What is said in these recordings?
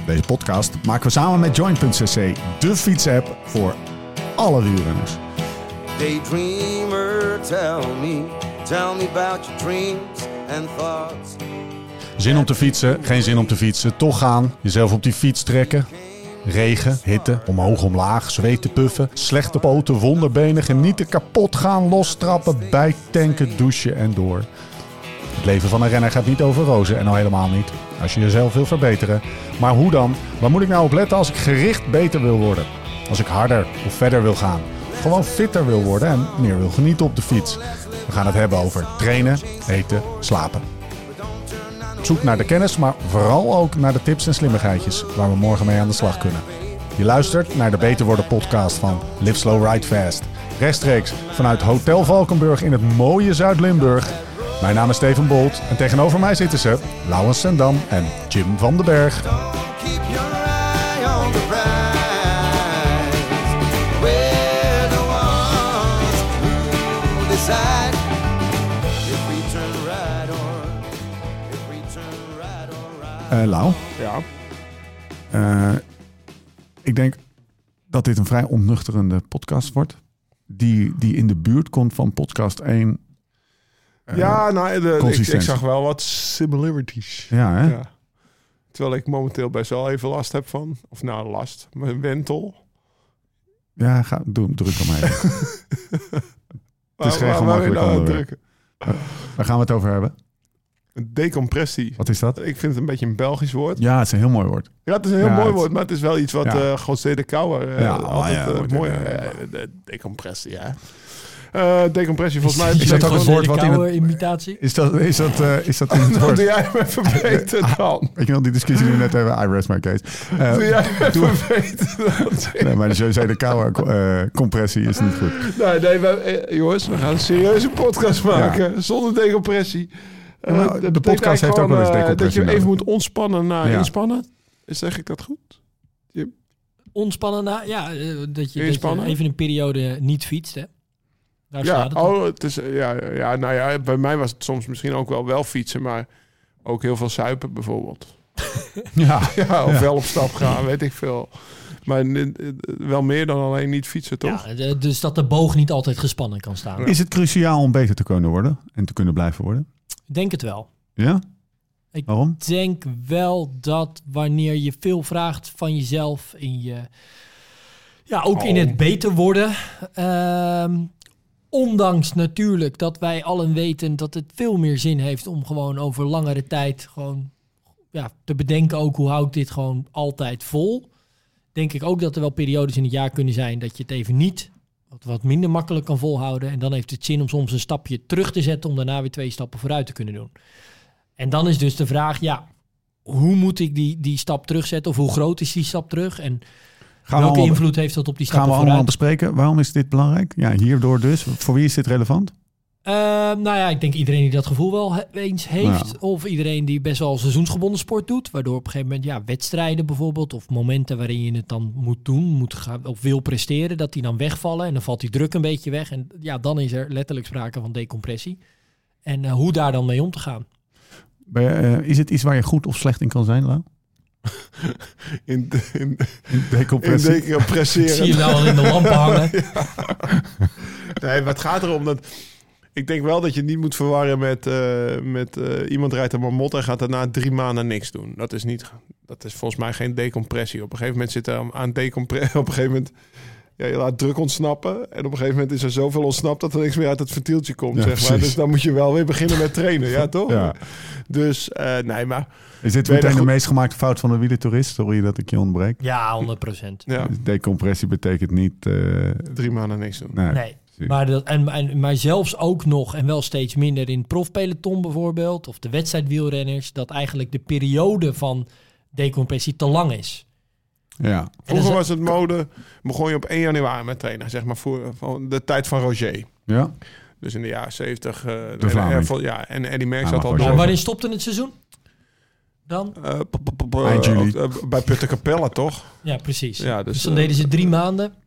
Deze podcast maken we samen met Join.cc, de fietsapp voor alle wielrenners. Daydreamer, tell me about your dreams and thoughts. Zin om te fietsen, geen zin om te fietsen, toch gaan, jezelf op die fiets trekken. Regen, hitte, omhoog, omlaag, zweten, puffen, slechte poten, wonderbenen, genieten, kapot gaan, lostrappen, bijtanken, douchen en door. Het leven van een renner gaat niet over rozen en al helemaal niet als je jezelf wil verbeteren. Maar hoe dan? Waar moet ik nou op letten als ik gericht beter wil worden? Als ik harder of verder wil gaan? Gewoon fitter wil worden en meer wil genieten op de fiets. We gaan het hebben over trainen, eten, slapen. Op zoek naar de kennis, maar vooral ook naar de tips en slimmigheidjes waar we morgen mee aan de slag kunnen. Je luistert naar de Beter Worden podcast van Live Slow Ride Fast. Rechtstreeks vanuit Hotel Valkenburg in het mooie Zuid-Limburg. Mijn naam is Steven Bolt en tegenover mij zitten ze Laurens Sendam en Jim van den Berg. Lau? Ja. Ik denk dat dit een vrij ontnuchterende podcast wordt. Die in de buurt komt van podcast 1. Ik zag wel wat similarities. Ja, hè? Ja. Terwijl ik momenteel best wel even last heb van... Of nou, last. Mijn wentel. Ja, druk om even. Het is geen gemakkelijk onderwerp. Waar gaan we het over hebben? Decompressie. Wat is dat? Ik vind het een beetje een Belgisch woord. Ja, het is een heel mooi woord. Ja, het is een heel mooi woord, maar het is wel iets wat José de Kouwer altijd mooi... decompressie, ja. Decompressie, volgens mij... Is dat ook een woord wat in het... imitatie? Is dat in het woord? Doe jij me even beter dan. Ik wil die discussie die we net hebben. I rest my case. Doe jij me even beter. Nee, maar de José de Kouwer compressie is niet goed. Nee, jongens, we gaan een serieuze podcast maken. Zonder decompressie. De podcast heeft ook wel eens decompressie dat je nodig. even moet ontspannen na inspannen. Zeg ik dat goed? Ontspannen na... Ja, dat je even een periode niet fietst, hè? Daar staat het bij mij was het soms misschien ook wel fietsen, maar ook heel veel suipen bijvoorbeeld. Of wel op stap gaan, weet ik veel. Maar wel meer dan alleen niet fietsen, toch? Ja, dus dat de boog niet altijd gespannen kan staan. Is het cruciaal om beter te kunnen worden en te kunnen blijven worden? Ik denk het wel. Ja? Waarom? Ik denk wel dat wanneer je veel vraagt van jezelf in het beter worden... ondanks natuurlijk dat wij allen weten dat het veel meer zin heeft om gewoon over langere tijd gewoon te bedenken ook hoe hou ik dit gewoon altijd vol. Denk ik ook dat er wel periodes in het jaar kunnen zijn dat je het even niet wat minder makkelijk kan volhouden. En dan heeft het zin om soms een stapje terug te zetten om daarna weer 2 stappen vooruit te kunnen doen. En dan is dus de vraag, hoe moet ik die stap terugzetten of hoe groot is die stap terug en... Welke invloed heeft dat op die stappen vooruit? Gaan we allemaal bespreken. Waarom is dit belangrijk? Ja, hierdoor dus. Voor wie is dit relevant? Ik denk iedereen die dat gevoel wel eens heeft. Ja. Of iedereen die best wel seizoensgebonden sport doet. Waardoor op een gegeven moment wedstrijden bijvoorbeeld... of momenten waarin je het dan moet doen, of wil presteren... dat die dan wegvallen en dan valt die druk een beetje weg. En dan is er letterlijk sprake van decompressie. En hoe daar dan mee om te gaan. Is het iets waar je goed of slecht in kan zijn, Lau? In decompressie. In decompresseren. Zie je nou al in de lampen hangen? Nee, maar het gaat erom dat... Ik denk wel dat je het niet moet verwarren met iemand rijdt een marmot en gaat daarna 3 maanden niks doen. Dat is volgens mij geen decompressie. Op een gegeven moment zit er aan decompressie... Op een gegeven moment... je laat druk ontsnappen. En op een gegeven moment is er zoveel ontsnapt dat er niks meer uit het ventieltje komt. Zeg maar. Dus dan moet je wel weer beginnen met trainen. Ja, toch? Ja. Dus, maar... Is dit meteen de meest gemaakte fout van de wielertoerist? Sorry dat ik je ontbreek. Ja, 100%. Ja. Decompressie betekent niet... 3 maanden niks doen. Nee. Maar zelfs ook nog, en wel steeds minder in het profpeloton bijvoorbeeld... of de wedstrijdwielrenners... dat eigenlijk de periode van decompressie te lang is. Ja. Vroeger was het mode... begon je op 1 januari met trainen, zeg maar, voor de tijd van Roger. Ja. Dus in de jaren 70... en Eddy Merckx zat al door. Wanneer stopte het seizoen? Dan? Eind juli. Bij Putte Capella, toch? Ja, precies. Ja, dus dan deden ze 3 maanden.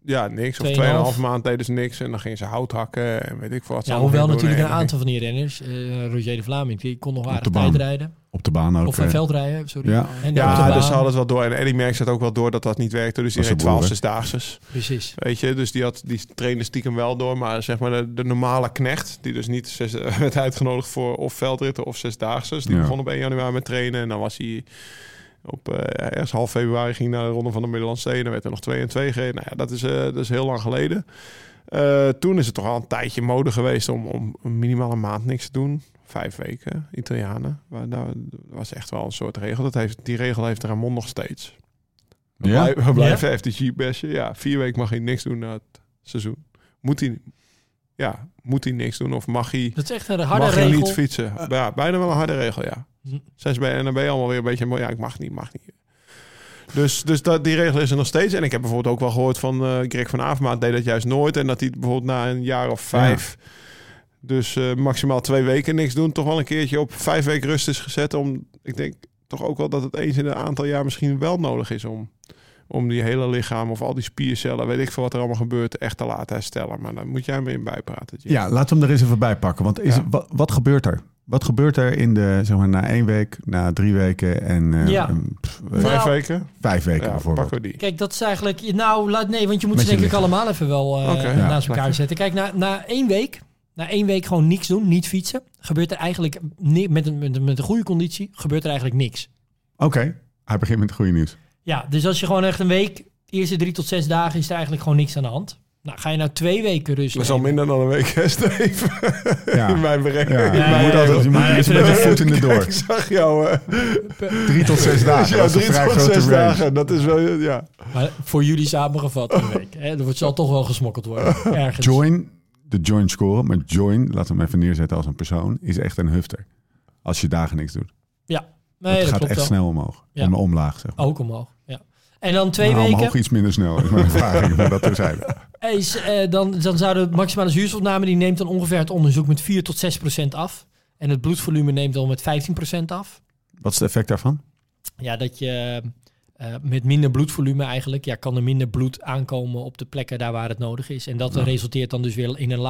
Ja, niks. Of 2,5 maand deden ze niks. En dan gingen ze hout hakken en weet ik veel wat. Ja, hoewel natuurlijk een aantal van die renners, Roger de Vlaming, die kon nog aardig tijdrijden. Op de baan ook. Of veldrijden, sorry. Ja, dus ze hadden het wel door. En Eddie Merckx had ook wel door dat niet werkte. Dus die reed 12 zesdaagses. Precies. Weet je, dus die trainde stiekem wel door. Maar zeg maar de normale knecht, die dus niet werd uitgenodigd voor of veldritten of zesdaagses. Die begon op 1 januari met trainen. En dan was hij op ergens half februari ging naar de Ronde van de Middellandse Zee. Dan werd er nog 2 en 2 gereden. Nou ja, dat is heel lang geleden. Toen is het toch al een tijdje mode geweest om minimaal een maand niks te doen. 5 weken, Italianen. Dat was echt wel een soort regel. Die regel heeft Ramon nog steeds. We blijven FDG bestje. Ja, 4 weken mag hij niks doen na het seizoen. Moet hij niks doen of mag hij... Dat is echt een harde regel. Mag hij niet fietsen. Ja, bijna wel een harde regel, ja. Sinds bij NAB allemaal weer een beetje... Ja, ik mag niet. Dus die regel is er nog steeds. En ik heb bijvoorbeeld ook wel gehoord van Greg van Avermaat deed dat juist nooit. En dat hij bijvoorbeeld na een jaar of 5... Ja. Dus maximaal 2 weken niks doen. Toch wel een keertje op 5 weken rust is gezet. Ik denk toch ook wel dat het eens in een aantal jaar misschien wel nodig is om die hele lichaam of al die spiercellen, weet ik veel wat er allemaal gebeurt, echt te laten herstellen. Maar dan moet jij me in bijpraten. Jim. Ja, laten we hem er eens even bij pakken. Want wat gebeurt er? Wat gebeurt er in de, zeg maar, na 1 week, na 3 weken en 5 weken? 5 weken bijvoorbeeld. Pakken we die. Kijk, dat is eigenlijk... want je moet ze denk ik allemaal even wel naast elkaar zetten. Kijk, na 1 week... Na 1 week gewoon niks doen, niet fietsen, gebeurt er eigenlijk met een goede conditie gebeurt er eigenlijk niks. Oké, hij begint met het goede nieuws. Ja, dus als je gewoon echt een week, eerste 3 tot 6 dagen is er eigenlijk gewoon niks aan de hand. Nou, ga je nou 2 weken rusten. Dat is al minder dan een week, hè, Steve? Ja. In mijn berekening. Ja, je moet eens met een voet in de door. Ik zag jou... 3 tot 6 dagen. Ja, 3 tot 6 dagen. Dat is wel... Ja. Maar voor jullie samengevat een week. Hè? Er zal toch wel gesmokkeld worden. Ergens. De join score, maar join, laten we hem even neerzetten als een persoon, is echt een hufter. Als je dagen niks doet. Ja. Dat gaat echt snel omhoog. Ja. Omlaag, zeg maar. Ook omhoog, ja. En dan 2 weken... Omhoog iets minder snel, is mijn ervaring, maar dat terzijde. Dan zou de maximale zuurstofname, die neemt dan ongeveer het onderzoek met 4 tot 6% af. En het bloedvolume neemt dan met 15% af. Wat is het effect daarvan? Ja, dat je met minder bloedvolume eigenlijk, kan er minder bloed aankomen op de plekken daar waar het nodig is. En dat resulteert dan dus weer in een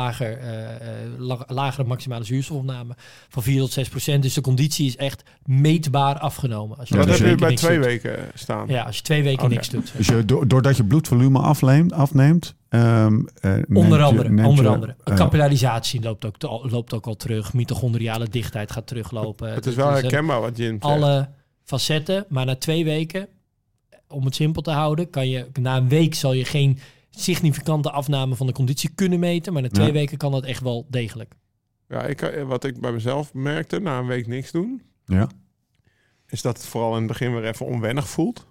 lagere maximale zuurstofopname van 4 tot 6%. Dus de conditie is echt meetbaar afgenomen. Als je dat heb je bij 2 weken staan. Ja, als je 2 weken niks dout. Dus doordat je bloedvolume afneemt... Onder andere. Capillarisatie loopt ook al terug. Mitochondriale dichtheid gaat teruglopen. Het is wel herkenbaar wat Jim zegt. Alle facetten, maar na 2 weken... Om het simpel te houden, na een week zal je geen significante afname van de conditie kunnen meten. Maar na 2 weken kan dat echt wel degelijk. Ja, wat ik bij mezelf merkte, na een week niks doen, is dat het vooral in het begin weer even onwennig voelt.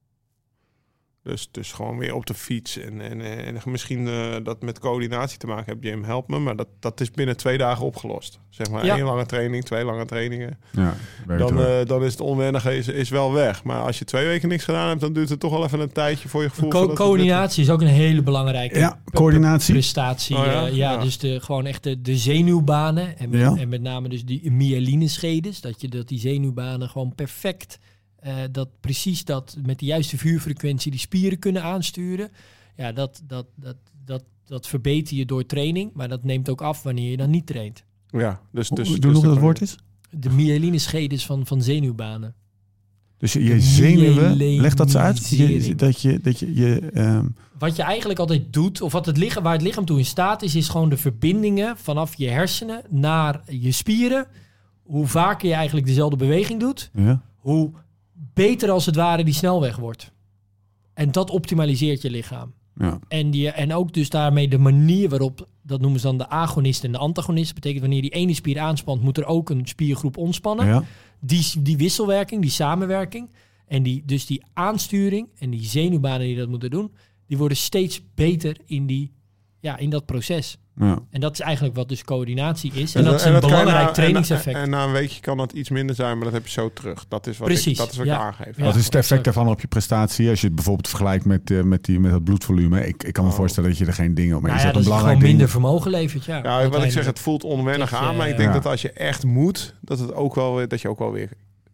Dus gewoon weer op de fiets. En misschien dat met coördinatie te maken heeft. Jim, help me. Maar dat is binnen 2 dagen opgelost. Zeg maar 1 lange training, 2 lange trainingen. Ja, dan is het onwennige is wel weg. Maar als je 2 weken niks gedaan hebt, dan duurt het toch wel even een tijdje voor je gevoel. Coördinatie is ook een hele belangrijke coördinatie. Prestatie. Dus gewoon echt de zenuwbanen. En met name dus die myelineschedes. Dat die zenuwbanen gewoon perfect... dat met de juiste vuurfrequentie die spieren kunnen aansturen. Ja, dat verbeter je door training, maar dat neemt ook af wanneer je dan niet traint. Ja, dus doe nog dat woord is? De myelineschedes van zenuwbanen. Dus je zenuwen, leg dat eens uit. Wat je eigenlijk altijd doet, of waar het lichaam toe in staat is gewoon de verbindingen vanaf je hersenen naar je spieren. Hoe vaker je eigenlijk dezelfde beweging doet, hoe beter als het ware die snelweg wordt. En dat optimaliseert je lichaam. Ja. En ook dus daarmee de manier waarop, dat noemen ze dan de agonist en de antagonist. Dat betekent wanneer die ene spier aanspant, moet er ook een spiergroep ontspannen. Ja. Die wisselwerking, die samenwerking en die aansturing en die zenuwbanen die dat moeten doen, die worden steeds beter in dat proces. Ja. En dat is eigenlijk wat dus coördinatie is. En dat is een belangrijk trainingseffect. En na een weekje kan dat iets minder zijn, maar dat heb je zo terug. Dat is wat ik aangeef. Wat is het effect daarvan op je prestatie? Als je het bijvoorbeeld vergelijkt met dat bloedvolume. Ik kan me voorstellen dat je er geen dingen op mee zet. Dat is gewoon minder vermogen levert. Ja, wat ik zeg, het voelt onwennig aan. Maar ik denk dat als je echt moet, dat je ook wel weer...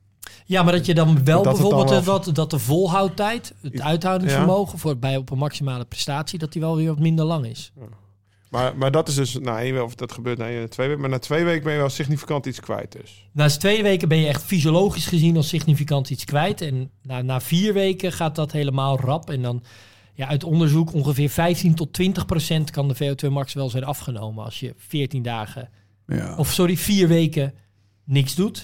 Ja, maar dat je dan wel Dat het dan bijvoorbeeld dat de volhoudtijd, het uithoudingsvermogen op een maximale prestatie, dat die wel weer wat minder lang is. Maar dat is dus of dat gebeurt na 2 weken. Maar na 2 weken ben je wel significant iets kwijt dus. Na 2 weken ben je echt fysiologisch gezien al significant iets kwijt. En na 4 weken gaat dat helemaal rap. En dan uit onderzoek ongeveer 15-20% kan de VO2 max wel zijn afgenomen als je 4 weken niks doet.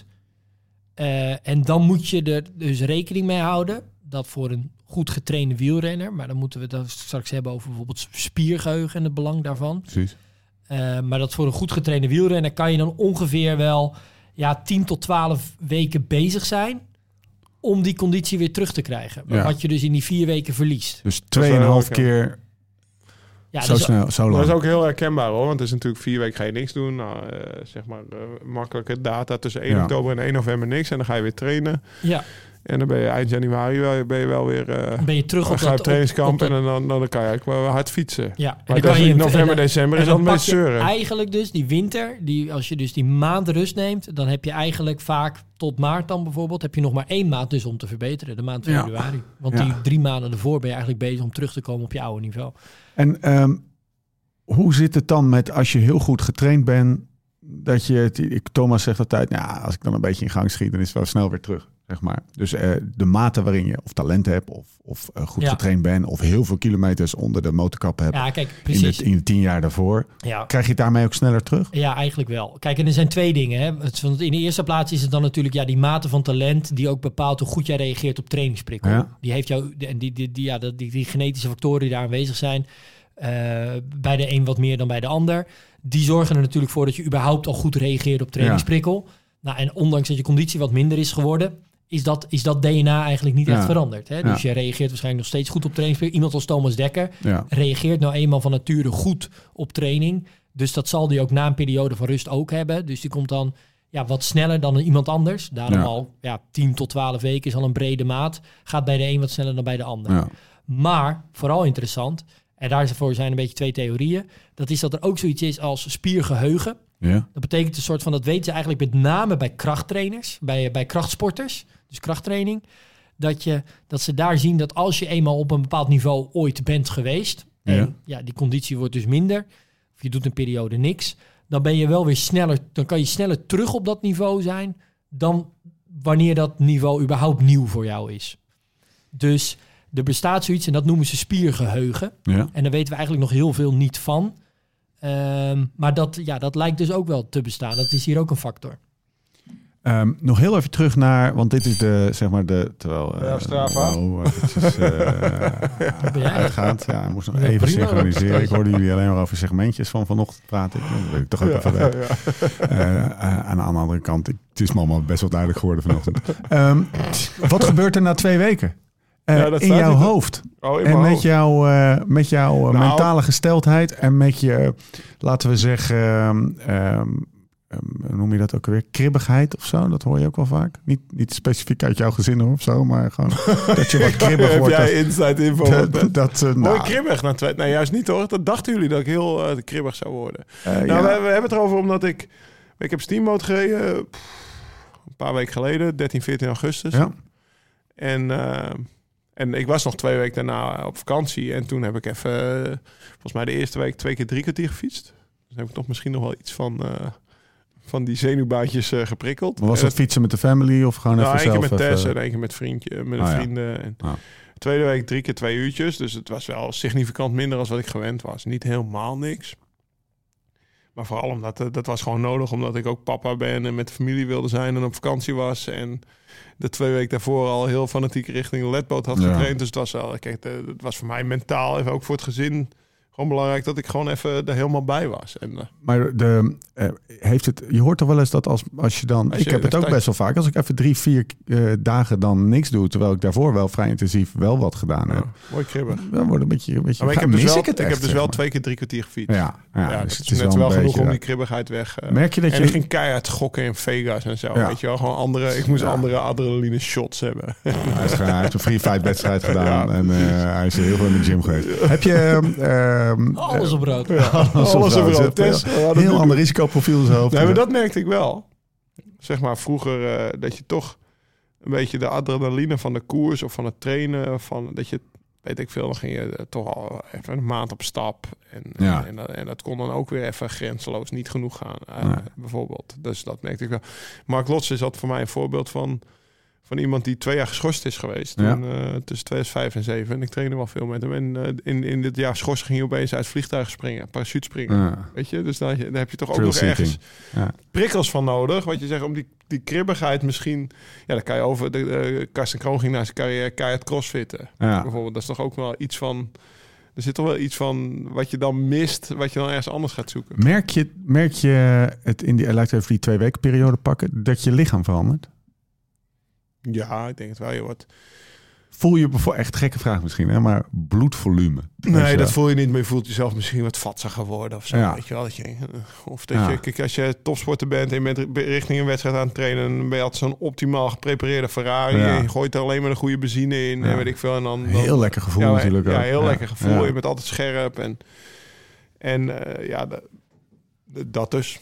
En dan moet je er dus rekening mee houden dat voor een goed getrainde wielrenner, maar dan moeten we het straks hebben over bijvoorbeeld spiergeheugen en het belang daarvan. Precies. Maar dat voor een goed getrainde wielrenner kan je dan ongeveer wel 10 tot 12 weken bezig zijn om die conditie weer terug te krijgen. Ja. Wat je dus in die 4 weken verliest. Dus 2,5 keer Ja, zo snel, zo lang. Dat is ook heel herkenbaar hoor, want het is natuurlijk 4 weken ga je niks doen. Makkelijke data tussen 1 oktober en 1 november niks. En dan ga je weer trainen. Ja. En dan ben je eind januari ben je wel weer ben je terug op dat trainingskamp en dan kan je eigenlijk wel hard fietsen. Ja. Maar dan in november, december is dan een beetje zeuren. Eigenlijk dus die winter, als je dus die maand rust neemt, dan heb je eigenlijk vaak tot maart dan bijvoorbeeld, heb je nog maar 1 maand dus om te verbeteren. De maand februari. Want die 3 maanden ervoor ben je eigenlijk bezig om terug te komen op je oude niveau. En hoe zit het dan met als je heel goed getraind bent, dat Thomas zegt altijd, als ik dan een beetje in gang schiet, dan is het wel snel weer terug. Zeg maar. Dus de mate waarin je of talent hebt of goed getraind bent of heel veel kilometers onder de motorkap hebt in de 10 jaar daarvoor, krijg je het daarmee ook sneller terug? Ja, eigenlijk wel. Kijk, en er zijn 2 dingen. Hè. In de eerste plaats is het dan natuurlijk die mate van talent die ook bepaalt hoe goed jij reageert op trainingsprikkel. Ja. Die heeft jou die genetische factoren die daar aanwezig zijn, bij de een wat meer dan bij de ander. Die zorgen er natuurlijk voor dat je überhaupt al goed reageert op trainingsprikkel. Nou, en ondanks dat je conditie wat minder is geworden, is dat DNA eigenlijk niet echt veranderd. Hè? Dus je reageert waarschijnlijk nog steeds goed op trainingsprikkel. Iemand als Thomas Dekker reageert nou eenmaal van nature goed op training. Dus dat zal die ook na een periode van rust ook hebben. Dus die komt dan wat sneller dan iemand anders. Daarom al 10 tot 12 weken is al een brede maat. Gaat bij de een wat sneller dan bij de ander. Ja. Maar vooral interessant, en daarvoor zijn een beetje 2 theorieën. Dat is dat er ook zoiets is als spiergeheugen. Ja. Dat betekent een soort van, dat weten ze eigenlijk met name bij krachttrainers, bij krachtsporters, dus krachttraining, dat ze daar zien dat als je eenmaal op een bepaald niveau ooit bent geweest, en die conditie wordt dus minder, of je doet een periode niks, dan ben je wel weer sneller, dan kan je sneller terug op dat niveau zijn dan wanneer dat niveau überhaupt nieuw voor jou is. Dus er bestaat zoiets en dat noemen ze spiergeheugen. Ja. En daar weten we eigenlijk nog heel veel niet van. Maar dat lijkt dus ook wel te bestaan. Dat is hier ook een factor. Nog heel even terug naar, want dit is Strava. Uitgaat. Ja, ik moest nog even synchroniseren. Ik hoorde jullie alleen maar over segmentjes van vanochtend praten. Dat wil ik toch ook even weten. Aan de andere kant, het is me allemaal best wel duidelijk geworden vanochtend. Wat gebeurt er na 2 weken? In jouw hoofd. En met jouw mentale gesteldheid en met je, laten we zeggen, noem je dat ook alweer, kribbigheid of zo? Dat hoor je ook wel vaak. Niet specifiek uit jouw gezin of zo, maar gewoon dat je wat kribbig wordt. Heb jij inside info? Mooi kribbig na 2. Nee, juist niet hoor. Dat dachten jullie dat ik heel kribbig zou worden. We hebben het erover omdat ik heb steamboat gereden een paar weken geleden, 13, 14 augustus. Ja. En ik was nog 2 weken daarna op vakantie. En toen heb ik even, volgens mij de eerste week 2 keer 3 kwartier gefietst. Dus heb ik toch misschien nog wel iets van die zenuwbaatjes geprikkeld. Was dat fietsen met de family of gewoon even zelf? 1 keer met Tess en 1 keer met vrienden. En tweede week 3 keer 2 uurtjes. Dus het was wel significant minder dan wat ik gewend was. Niet helemaal niks. Maar vooral omdat dat was gewoon nodig. Omdat ik ook papa ben en met de familie wilde zijn en op vakantie was. En de 2 weken daarvoor al heel fanatiek richting de ledboot had getraind. Dus het was wel, kijk, het was voor mij mentaal en ook voor het gezin gewoon belangrijk dat ik gewoon even er helemaal bij was. En, maar je hoort toch wel eens dat als je dan... Ik heb het ook best wel vaak. Als ik even 3-4 dagen dan niks doe, terwijl ik daarvoor wel vrij intensief wel wat gedaan heb. Mooi kribbig. Dan wordt een beetje maar ik heb dus wel 2 keer 3 kwartier gefietst. Ja, dus het is net wel genoeg om die kribbigheid weg. Merk je dat en ik ging keihard gokken in Vegas en zo. Ja. Weet je wel, gewoon ik moest andere adrenaline shots hebben. Hij heeft een free fight wedstrijd gedaan en hij is heel veel in de gym geweest. Heb je... alles op rood. Alles op rood. Heel ander risicoprofiel in zijn hoofd. Nee, maar dat merkte ik wel. Zeg maar vroeger dat je toch een beetje de adrenaline van de koers of van het trainen. Van dat je, weet ik veel, dan ging je toch al even een maand op stap. En dat kon dan ook weer even grenzeloos niet genoeg gaan, bijvoorbeeld. Dus dat merkte ik wel. Mark Lotz is dat voor mij een voorbeeld van iemand die 2 jaar geschorst is geweest. Toen, tussen 2005 en 2007. En ik trainde wel veel met hem. En in dit jaar schorsen ging hij opeens uit vliegtuigen springen. Parachute springen. Weet je? Dus daar heb je toch ook nog ergens prikkels van nodig. Wat je zegt, om die kribbigheid misschien... Ja, dan kan je over... Karsten Kroon ging naar zijn carrière keihard crossfitten. Bijvoorbeeld. Dat is toch ook wel iets van... Er zit toch wel iets van wat je dan mist, wat je dan ergens anders gaat zoeken. Merk je het in die... Laat even die 2 weken periode pakken. Dat je lichaam verandert? Ja, ik denk het wel. Je wordt... Voel je bijvoorbeeld, echt gekke vraag misschien, hè, maar bloedvolume? Nee, dat voel je niet, maar je voelt jezelf misschien wat vatsiger worden of zo. Ja. Weet je wel, of dat je, kijk, als je topsporter bent en je bent richting een wedstrijd aan het trainen, dan ben je altijd zo'n optimaal geprepareerde Ferrari. Ja. Je gooit er alleen maar een goede benzine in en weet ik veel. En dan heel lekker gevoel natuurlijk. Ja, heel lekker gevoel. Je bent altijd scherp en dat dus.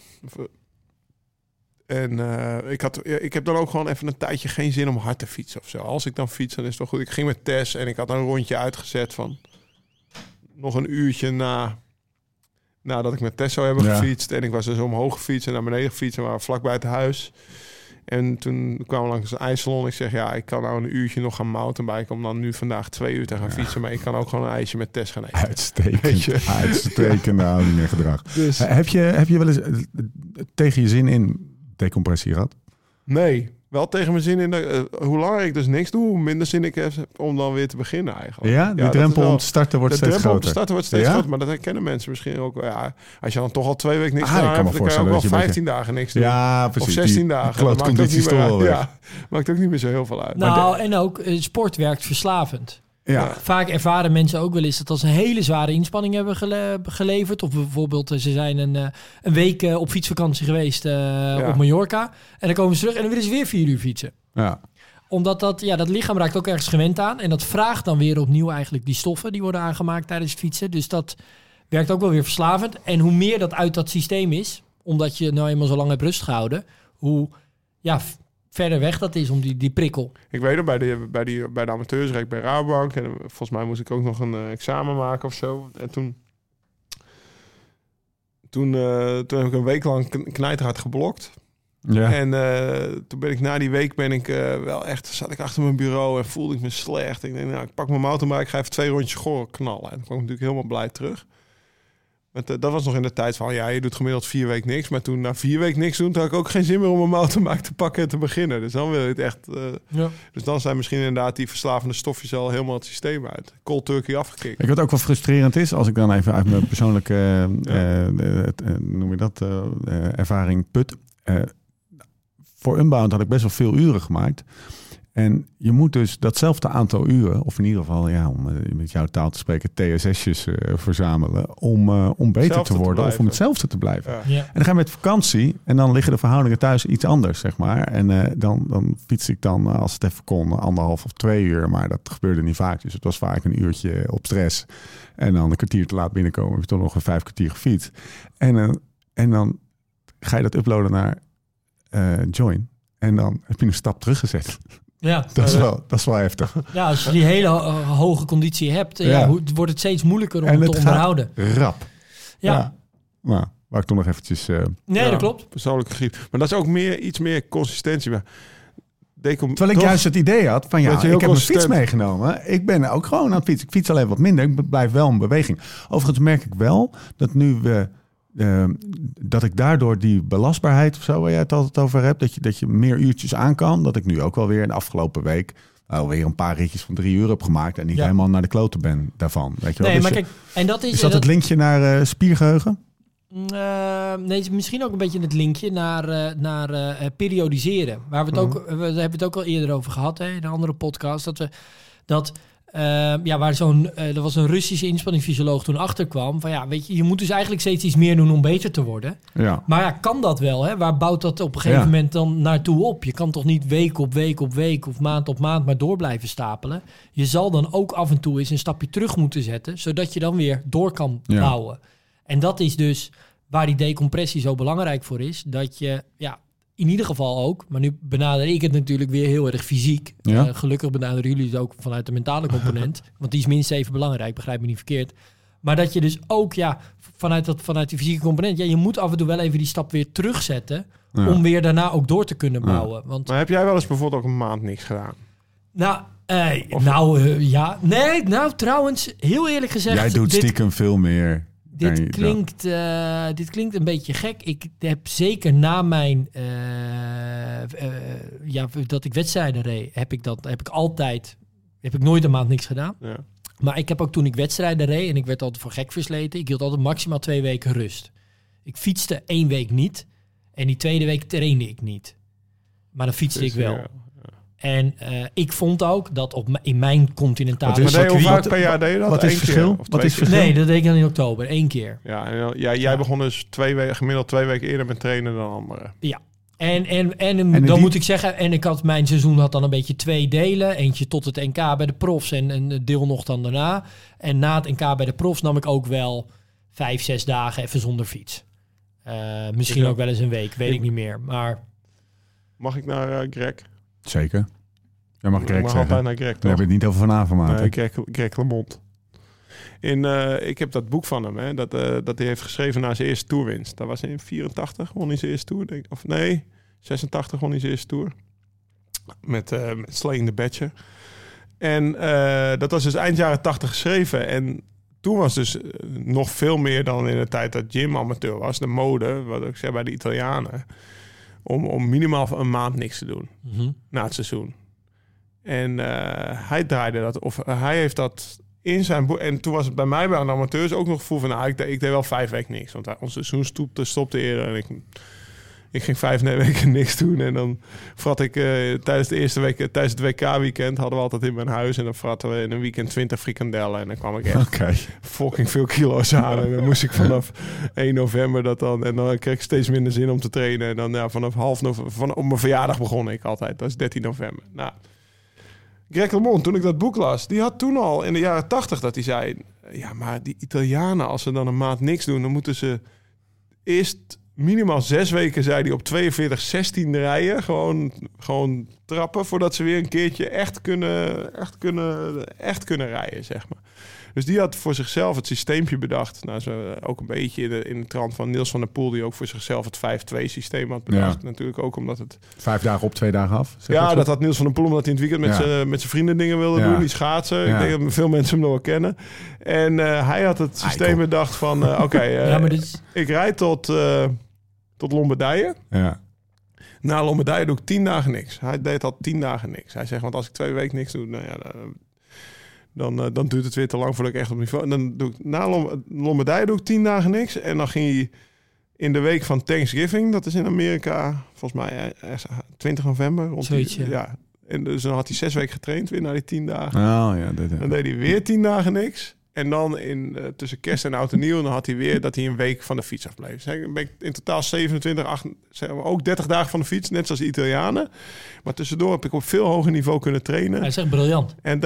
En ik heb dan ook gewoon even een tijdje geen zin om hard te fietsen of zo. Als ik dan fiets, dan is het wel goed. Ik ging met Tess en ik had een rondje uitgezet van nog een uurtje nadat ik met Tess zou hebben gefietst. En ik was dus omhoog gefietst en naar beneden gefietst. En we waren vlakbij het huis. En toen kwamen we langs een ijssalon. Ik zeg, ik kan nou een uurtje nog gaan mountainbiken om dan nu vandaag 2 uur te gaan fietsen. Maar ik kan ook gewoon een ijsje met Tess gaan eten. Uitstekende houding en gedrag. Dus, heb je wel eens tegen je zin in decompressie gehad? Nee, wel tegen mijn zin in. Hoe langer ik dus niks doe, hoe minder zin ik heb om dan weer te beginnen eigenlijk. Ja, die drempel om te starten wordt steeds groter. De drempel om te starten wordt steeds groter, maar dat herkennen mensen misschien ook. Ja, als je dan toch al 2 weken niks gedaan hebt, dan kan je ook wel 15 dagen niks doen. Ja, precies. Of 16 dagen. Dat maakt ook niet meer, maakt ook niet meer zo heel veel uit. Nou, en ook sport werkt verslavend. Ja. Vaak ervaren mensen ook wel eens dat als ze een hele zware inspanning hebben geleverd. Of bijvoorbeeld ze zijn een week op fietsvakantie geweest op Mallorca. En dan komen ze terug en dan willen ze weer 4 uur fietsen. Ja. Omdat dat lichaam raakt ook ergens gewend aan. En dat vraagt dan weer opnieuw eigenlijk die stoffen die worden aangemaakt tijdens het fietsen. Dus dat werkt ook wel weer verslavend. En hoe meer dat uit dat systeem is, omdat je nou eenmaal zo lang hebt rust gehouden, hoe verder weg dat is om die prikkel. Ik weet het, bij de amateurs reed ik bij Rabobank. En volgens mij moest ik ook nog een examen maken of zo. En toen heb ik een week lang knijterhard geblokt. Ja. En toen ben ik na die week wel echt... zat ik achter mijn bureau en voelde ik me slecht. Ik denk, ik pak mijn mountainbike, ik ga even 2 rondjes knallen. En toen kwam ik natuurlijk helemaal blij terug. Dat was nog in de tijd van, je doet gemiddeld 4 weken niks. Maar toen na 4 weken niks doen, had ik ook geen zin meer om een mountainbike te pakken en te beginnen. Dus dan wil je het echt... Dus dan zijn misschien inderdaad die verslavende stofjes al helemaal het systeem uit. Cold turkey afgekikt. Ik wat ook wel frustrerend is, als ik dan even uit mijn persoonlijke ervaring put. Voor Unbound had ik best wel veel uren gemaakt. En je moet dus datzelfde aantal uren, of in ieder geval, om met jouw taal te spreken, TSS'jes verzamelen om beter te worden of om hetzelfde te blijven. Ja. Ja. En dan ga je met vakantie en dan liggen de verhoudingen thuis iets anders, zeg maar. En dan fiets ik dan, als het even kon, 1,5 of 2 uur, maar dat gebeurde niet vaak. Dus het was vaak een uurtje op stress. En dan een kwartier te laat binnenkomen, heb je toch nog een 5 kwartier gefietst. En dan ga je dat uploaden naar Join. En dan heb je een stap teruggezet. Ja, dat is wel heftig. Ja, als je die hele hoge conditie hebt, wordt het steeds moeilijker om te onderhouden. Rap. Ja. Nou, waar ik toch nog eventjes... dat klopt. Persoonlijke griep. Maar dat is ook iets meer consistentie. Terwijl ik juist het idee had van ik heb mijn fiets meegenomen. Ik ben ook gewoon aan het fietsen. Ik fiets alleen wat minder. Ik blijf wel in beweging. Overigens merk ik wel dat nu dat ik daardoor die belastbaarheid of zo waar jij het altijd over hebt, dat je meer uurtjes aan kan. Dat ik nu ook wel weer in de afgelopen week alweer een paar ritjes van 3 uur heb gemaakt en niet helemaal naar de kloten ben daarvan. Weet je wel? Nee, dus maar kijk, en dat is dat het linkje naar spiergeheugen? Nee, misschien ook een beetje het linkje naar periodiseren. Waar we hebben het ook al eerder over gehad in een andere podcast. Er was een Russische inspanningsfysioloog toen achterkwam van weet je moet dus eigenlijk steeds iets meer doen om beter te worden. Ja. Maar kan dat wel? Hè? Waar bouwt dat op een gegeven moment dan naartoe op? Je kan toch niet week op week op week of maand op maand maar door blijven stapelen? Je zal dan ook af en toe eens een stapje terug moeten zetten, zodat je dan weer door kan bouwen. En dat is dus waar die decompressie zo belangrijk voor is, dat je in ieder geval ook, maar nu benader ik het natuurlijk weer heel erg fysiek. Ja. Gelukkig benaderen jullie het ook vanuit de mentale component. Want die is minstens even belangrijk, begrijp me niet verkeerd. Maar dat je dus ook vanuit die fysieke component... je moet af en toe wel even die stap weer terugzetten... om weer daarna ook door te kunnen bouwen. Want, Maar heb jij wel eens bijvoorbeeld ook een maand niks gedaan? Ja. Nee, trouwens, heel eerlijk gezegd... Jij doet stiekem veel meer. Dit klinkt een beetje gek. Ik heb zeker na mijn... dat ik wedstrijden reed... heb ik nooit een maand niks gedaan. Ja. Maar ik heb ook toen ik wedstrijden reed... en ik werd altijd voor gek versleten... ik hield altijd maximaal 2 weken rust. Ik fietste 1 week niet... en die tweede week trainde ik niet. Maar dan fietste ik wel. Ja. En ik vond ook dat in mijn continentale... Hoe vaak per jaar deed je dat? Wat is het verschil? Nee, dat deed ik dan in oktober. 1 keer. Ja, en jij begon dus gemiddeld 2 weken eerder met trainen dan anderen. Ja. En dan moet ik zeggen... en mijn seizoen had dan een beetje 2 delen. Eentje tot het NK bij de profs en een deel nog dan daarna. En na het NK bij de profs nam ik ook wel 5-6 dagen even zonder fiets. Misschien ook wel eens een week, weet ik niet meer. Maar... Mag ik naar Greg? Zeker. Jij mag Greg zeggen. altijd naar Greg, toch? Daar heb je het niet over vanavond, maat. Nee, Greg LeMond. Ik heb dat boek van hem, hè, dat hij heeft geschreven na zijn eerste toerwinst. Dat was in 84, won hij zijn eerste toer, denk ik. Of nee, 86 won hij zijn eerste toer. Met Slaying the Badger. En dat was dus eind jaren 80 geschreven. En toen was dus nog veel meer dan in de tijd dat Jim amateur was. De mode, wat ik zei bij de Italianen. Om minimaal een maand niks te doen na het seizoen. En hij draaide dat, of hij heeft dat in zijn boek. En toen was het bij mij bij de amateurs ook nog het gevoel van... ik deed wel 5 weken niks. Want ons seizoen stopte eerder. En ik ging 5 weken niks doen. En dan vrat ik tijdens de eerste week... Tijdens het WK-weekend hadden we altijd in mijn huis. En dan vratten we in een weekend 20 frikandellen. En dan kwam ik echt fucking veel kilo's aan. En dan moest ik vanaf 1 november dat dan... En dan kreeg ik steeds minder zin om te trainen. En dan vanaf half november... Op mijn verjaardag begon ik altijd. Dat is 13 november. Nou... Greg LeMond, toen ik dat boek las, die had toen al in de jaren 80 dat hij zei... Ja, maar die Italianen, als ze dan een maand niks doen... dan moeten ze eerst minimaal 6 weken, zei hij, op 42-16 rijden. Gewoon trappen voordat ze weer een keertje echt kunnen rijden, zeg maar. Dus die had voor zichzelf het systeempje bedacht. Nou, zo ook een beetje in de trant van Niels van der Poel... die ook voor zichzelf het 5-2 systeem had bedacht. Ja. Natuurlijk ook omdat het... 5 dagen op, 2 dagen af? Ja, dat had Niels van der Poel omdat hij in het weekend met zijn vrienden dingen wilde doen. Die schaatsen. Ja. Ik denk dat veel mensen hem nog wel kennen. En hij had het systeem bedacht van... ik rijd tot Lombardije. Ja. Na Lombardije doe ik 10 dagen niks. Hij deed al 10 dagen niks. Hij zegt, want als ik 2 weken niks doe... Nou ja, dan duurt het weer te lang voordat ik echt op niveau... En dan doe ik na Lombardije doe ik 10 dagen niks. En dan ging hij in de week van Thanksgiving... Dat is in Amerika, volgens mij 20 november. Ja. En dus dan had hij 6 weken getraind weer na die 10 dagen. Oh, ja, dan deed hij weer 10 dagen niks. En dan tussen kerst en oud en nieuw... dan had hij weer dat hij een week van de fiets afbleef. Dus ben ik in totaal 27, ook 30 dagen van de fiets. Net zoals de Italianen. Maar tussendoor heb ik op veel hoger niveau kunnen trainen. Hij zegt briljant. En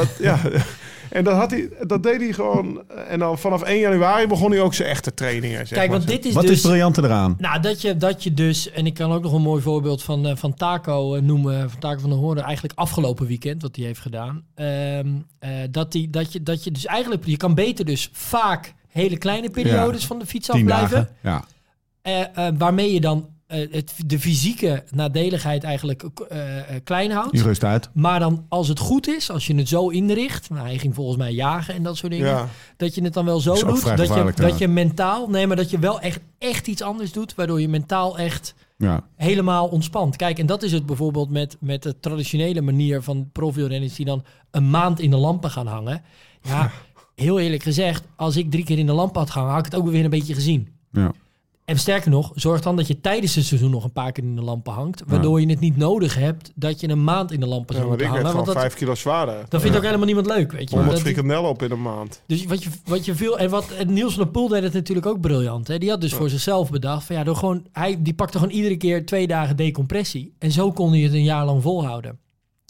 dat deed hij gewoon... En dan vanaf 1 januari begon hij ook zijn echte trainingen. Kijk, want dit is Wat is briljant eraan? Nou, dat je dus... En ik kan ook nog een mooi voorbeeld van Taco noemen. Van Taco van der Hoorn. Eigenlijk afgelopen weekend, wat hij heeft gedaan. Dat je dus eigenlijk... Je kan beter dus vaak hele kleine periodes van de fiets afblijven. Waarmee je dan de fysieke nadeligheid eigenlijk klein houdt. Je rust uit. Maar dan als het goed is, als je het zo inricht... Nou, hij ging volgens mij jagen en dat soort dingen. Ja. Dat je het dan wel zo doet. Dat je mentaal... Nee, maar dat je wel echt iets anders doet. Waardoor je mentaal echt helemaal ontspant. Kijk, en dat is het bijvoorbeeld met de traditionele manier van profielrenners... die dan een maand in de lampen gaan hangen. Ja, heel eerlijk gezegd, als ik 3 keer in de lampen had gehangen... had ik het ook weer een beetje gezien. Ja. En sterker nog, zorg dan dat je tijdens het seizoen nog een paar keer in de lampen hangt. Waardoor je het niet nodig hebt dat je een maand in de lampen zou moeten hangen. Want dat 5 kilo zwaarder. Dat vindt ook helemaal niemand leuk, weet je. 100 frikandellen op in een maand. Dus wat je veel... En Niels van der Poel deed het natuurlijk ook briljant. Hè? Die had dus voor zichzelf bedacht van die pakte gewoon iedere keer 2 dagen decompressie. En zo kon hij het een jaar lang volhouden.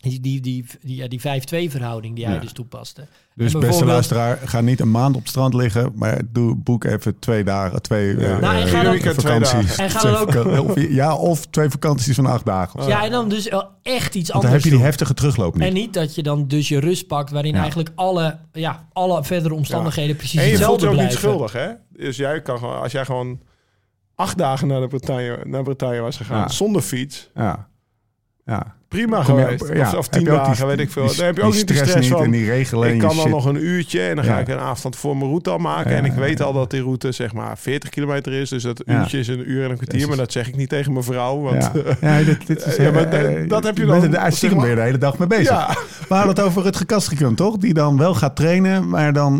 Die 5-2 verhouding die hij dus toepaste. Dus beste luisteraar, ga niet een maand op het strand liggen, maar boek even 2 dagen, vakanties. En ga dan ook... of 2 vakanties van 8 dagen. Ja, en dan dus echt iets anders. Dan heb je die heftige terugloop niet. En niet dat je dan dus je rust pakt, waarin eigenlijk alle verdere omstandigheden precies en je hetzelfde voelt je ook blijven. niet schuldig, hè? Dus jij kan gewoon, als jij gewoon 8 dagen naar Bretagne was gegaan, zonder fiets... Ja. Prima geweest. Of 10 dagen, weet ik veel. Dan heb je ook niet de stress van... En die regelen ik kan dan nog een uurtje en dan ga ik een avond voor mijn route al maken. En ik weet al dat die route zeg maar 40 kilometer is. Dus dat uurtje is een uur en een kwartier. Maar dat zeg ik niet tegen mijn vrouw. Want, dit is, dat heb je dan... Daar stiekem weer de hele dag mee bezig. Ja. We hadden het over Rutger Kastrikum, toch? Die dan wel gaat trainen, maar dan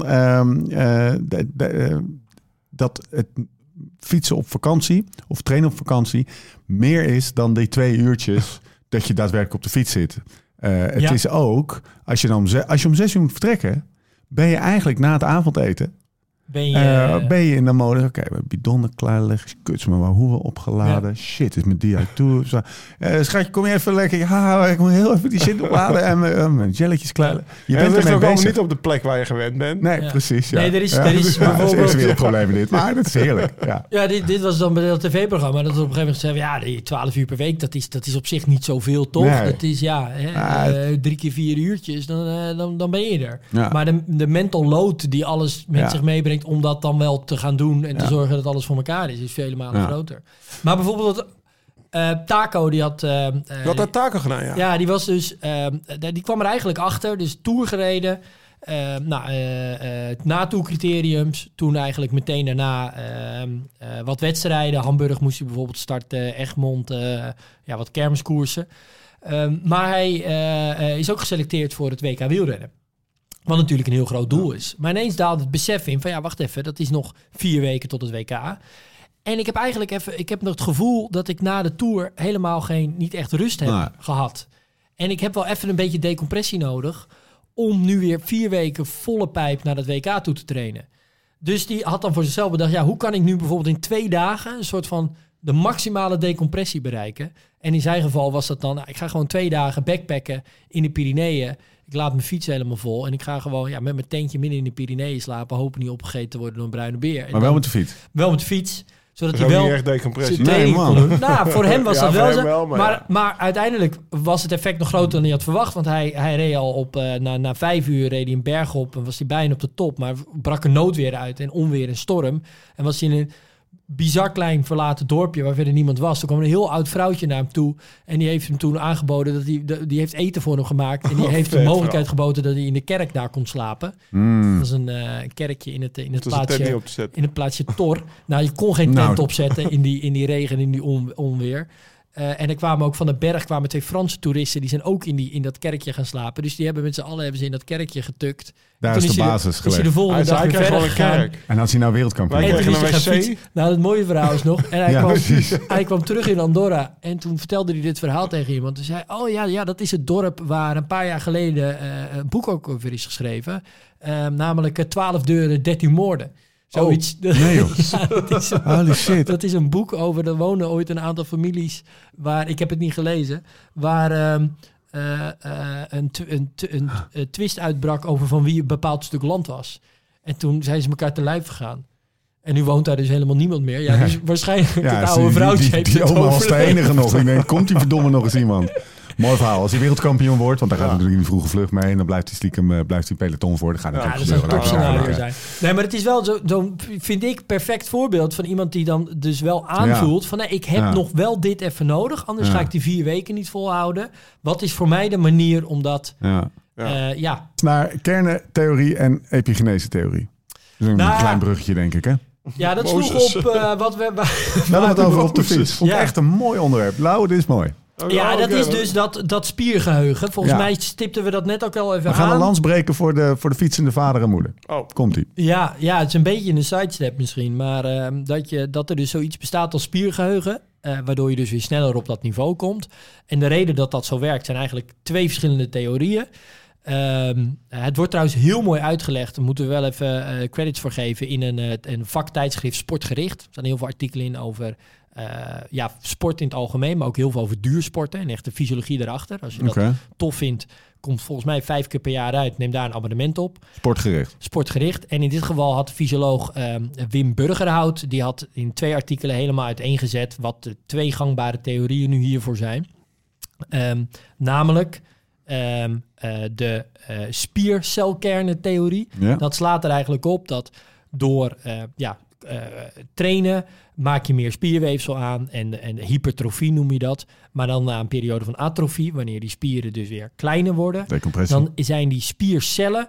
dat het fietsen op vakantie of trainen op vakantie meer is dan die 2 uurtjes dat je daadwerkelijk op de fiets zit. Het is ook, als je om 6 uur moet vertrekken, ben je eigenlijk na het avondeten, ben je in de mode, oké, bidonnen klaarleggen, kuts me maar hoeven opgeladen, shit, is mijn dia toe. Schatje, kom je even lekker, ik moet heel even die shit opladen en mijn jelletjes klaarleggen. Je bent er ook allemaal niet op de plek waar je gewend bent. Nee, precies. Ja. Nee, er is bijvoorbeeld... Het is weer een probleem dit, maar dat is heerlijk. Ja, dit was dan bij dat tv-programma, dat we op een gegeven moment zeiden, die 12 uur per week, dat is op zich niet zoveel, toch? Nee. Dat is 3 keer 4 uurtjes, dan ben je er. Ja. Maar de mental load die alles met zich meebrengt om dat dan wel te gaan doen en te zorgen dat alles voor elkaar is vele malen groter. Maar bijvoorbeeld Taco, die had... Wat had Taco gedaan, ja? Ja, die was dus... die kwam er eigenlijk achter, dus Tour gereden. Na Tour-criteriums. Toen eigenlijk meteen daarna wat wedstrijden. Hamburg moest hij bijvoorbeeld starten. Egmond, wat kermiskoersen. Maar hij is ook geselecteerd voor het WK wielrennen. Wat natuurlijk een heel groot doel is. Maar ineens daalde het besef in van wacht even, dat is nog 4 weken tot het WK. En ik heb eigenlijk ik heb het gevoel dat ik na de Tour helemaal niet echt rust heb gehad. En ik heb wel even een beetje decompressie nodig om nu weer 4 weken volle pijp naar het WK toe te trainen. Dus die had dan voor zichzelf bedacht, hoe kan ik nu bijvoorbeeld in 2 dagen een soort van de maximale decompressie bereiken? En in zijn geval was dat dan, ik ga gewoon 2 dagen backpacken in de Pyreneeën. Ik laat mijn fiets helemaal vol en ik ga gewoon met mijn tentje midden in de Pyreneeën slapen. Hopen niet opgegeten te worden door een bruine beer. Maar wel met de fiets? Wel met de fiets. Zodat hij wel niet echt decompressie. Nee, kon doen. Nou, voor hem was dat wel zo. Maar uiteindelijk was het effect nog groter dan hij had verwacht. Want hij reed al op, na 5 uur reed hij een berg op en was hij bijna op de top. Maar brak een noodweer uit en onweer en storm. En was hij in een bizar klein verlaten dorpje waar verder niemand was. Toen kwam een heel oud vrouwtje naar hem toe en die heeft hem toen aangeboden dat die heeft eten voor hem gemaakt en die heeft de mogelijkheid geboden dat hij in de kerk daar kon slapen. Dat was een kerkje in het plaatsje Tor. Nou, je kon geen tent opzetten in die regen en in die onweer. En er kwamen ook van de berg 2 Franse toeristen. Die zijn ook in dat kerkje gaan slapen. Dus die hebben met z'n allen in dat kerkje getukt. Daar is de basis gelegd. Is hij de volgende dag weer verder gegaan. En als hij nou wereldkampioen wordt. Nou, het mooie verhaal is nog. En hij kwam terug in Andorra. En toen vertelde hij dit verhaal tegen iemand. Toen zei dat is het dorp waar een paar jaar geleden een boek ook over is geschreven. Namelijk 12 deuren, 13 moorden. Zoiets. Nee joh. Holy shit. Dat is een boek over, er wonen ooit een aantal families waar, ik heb het niet gelezen, waar een twist uitbrak over van wie een bepaald stuk land was. En toen zijn ze elkaar te lijf gegaan. En nu woont daar dus helemaal niemand meer. Ja, dus waarschijnlijk het oude vrouwtje heeft die oma was de enige nog. Ik denk, komt die verdomme nog eens iemand? Mooi verhaal. Als hij wereldkampioen wordt, want daar gaat natuurlijk in de vroege vlucht mee en dan blijft hij stiekem peloton voor. Dat zou een topscenario zijn. Nee, maar het is wel zo, vind ik, perfect voorbeeld van iemand die dan dus wel aanvoelt van ik heb nog wel dit even nodig, anders ga ik die 4 weken niet volhouden. Wat is voor mij de manier om dat... Naar kernentheorie en epigenesetheorie. Dat is een klein bruggetje, denk ik, hè? Ja, dat sloeg op wat we... We hadden het over op de fiets. Vond ik echt een mooi onderwerp. Lau, dit is mooi. Dat is dus dat spiergeheugen. Volgens mij stipten we dat net ook al even aan. We gaan een lans breken voor de fietsende vader en moeder. Komt-ie. Ja, het is een beetje een sidestep misschien. Maar dat er dus zoiets bestaat als spiergeheugen. Waardoor je dus weer sneller op dat niveau komt. En de reden dat dat zo werkt zijn eigenlijk 2 verschillende theorieën. Het wordt trouwens heel mooi uitgelegd. Daar moeten we wel even credits voor geven in een vaktijdschrift Sportgericht. Er staan heel veel artikelen in over sport in het algemeen, maar ook heel veel over duursporten en echt de fysiologie erachter. Als je dat tof vindt, komt volgens mij 5 keer per jaar uit. Neem daar een abonnement op. Sportgericht. En in dit geval had de fysioloog Wim Burgerhout, die had in 2 artikelen helemaal uiteengezet wat de 2 gangbare theorieën nu hiervoor zijn. Namelijk de spiercelkernentheorie. Ja. Dat slaat er eigenlijk op dat door trainen maak je meer spierweefsel aan en hypertrofie noem je dat. Maar dan na een periode van atrofie, wanneer die spieren dus weer kleiner worden, dan zijn die spiercellen,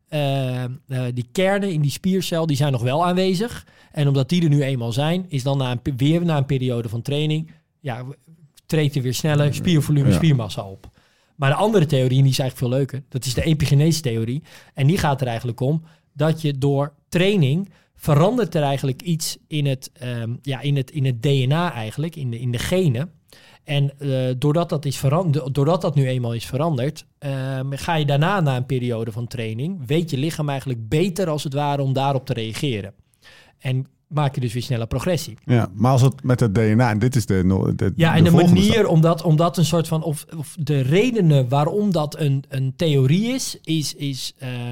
die kernen in die spiercel, die zijn nog wel aanwezig. En omdat die er nu eenmaal zijn, is dan na een periode van training, treedt er weer sneller spiervolume, spiermassa op. Maar de andere theorie, en die is eigenlijk veel leuker, dat is de epigenese theorie. En die gaat er eigenlijk om dat je door training verandert er eigenlijk iets in het DNA eigenlijk, in de genen. En doordat dat nu eenmaal is veranderd, ga je daarna na een periode van training, weet je lichaam eigenlijk beter als het ware om daarop te reageren. En maak je dus weer snelle progressie. Ja, maar als het met het DNA, en dit is de manier om dat een soort van, of de redenen waarom dat een theorie is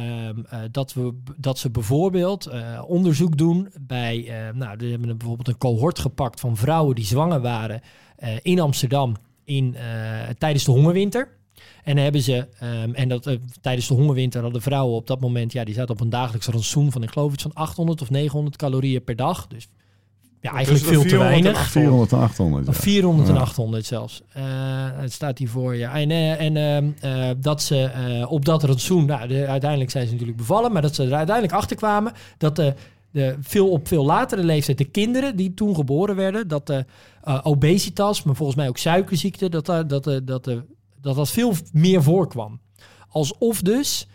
dat ze bijvoorbeeld onderzoek doen bij, we hebben bijvoorbeeld een cohort gepakt van vrouwen die zwanger waren in Amsterdam tijdens de hongerwinter. En hebben ze, tijdens de hongerwinter hadden vrouwen op dat moment, die zaten op een dagelijks rantsoen van, ik geloof iets van 800 of 900 calorieën per dag. Dus eigenlijk veel te weinig. 400 en 800. Ja. 400 en 800 zelfs. Het staat hier voor je. En dat ze op dat rantsoen, uiteindelijk zijn ze natuurlijk bevallen, maar dat ze er uiteindelijk achter kwamen dat op veel latere leeftijd de kinderen die toen geboren werden, dat de obesitas, maar volgens mij ook suikerziekte, dat veel meer voorkwam. Alsof dus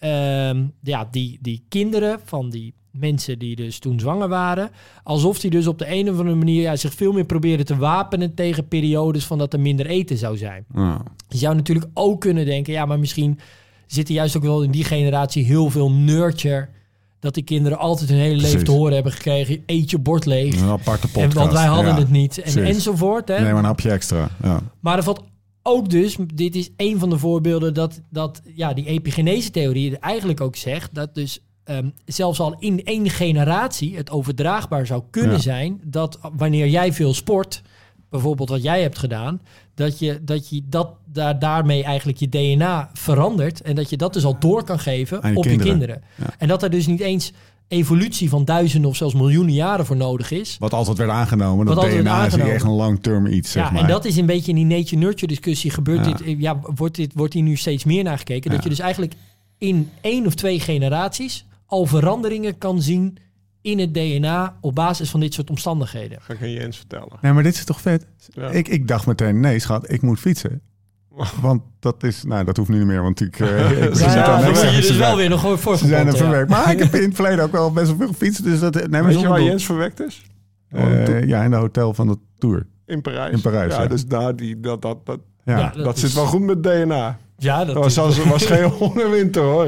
die kinderen van die mensen die dus toen zwanger waren, alsof die dus op de een of andere manier zich veel meer proberen te wapenen tegen periodes van dat er minder eten zou zijn. Je zou natuurlijk ook kunnen denken, maar misschien zit er juist ook wel in die generatie heel veel nurture, dat die kinderen altijd hun hele leven te horen hebben gekregen, eet je bord leeg. Een aparte podcast. Want wij hadden het niet. Enzovoort. Hè. Nee, maar een hapje extra. Ja. Maar er valt ook dus, dit is een van de voorbeelden dat die epigenese theorie eigenlijk ook zegt dat dus zelfs al in 1 generatie het overdraagbaar zou kunnen zijn dat wanneer jij veel sport, bijvoorbeeld wat jij hebt gedaan, dat daarmee eigenlijk je DNA verandert en dat je dat dus al door kan geven op je kinderen. Ja. En dat er dus niet eens evolutie van duizenden of zelfs miljoenen jaren voor nodig is. Wat altijd werd aangenomen. Dat DNA is echt een long-term iets, zeg maar. En dat is een beetje in die nature-nurture discussie gebeurt dit. Wordt hier nu steeds meer naar gekeken. Dat je dus eigenlijk in 1 of 2 generaties al veranderingen kan zien in het DNA op basis van dit soort omstandigheden. Ga ik aan Jens vertellen. Nee, maar dit is toch vet? Ja. Ik dacht meteen, nee schat, ik moet fietsen. Want dat is, dat hoeft niet meer, want ik dus wel weer nog voor ze zijn er verwerkt. Maar ik heb in het verleden ook wel best wel veel gefietst. Dus weet je waar Jens verwekt is? In de hotel van de Tour. In Parijs. Ja, dus daar dat zit wel goed met DNA. Ja, dat was geen hongerwinter, hoor.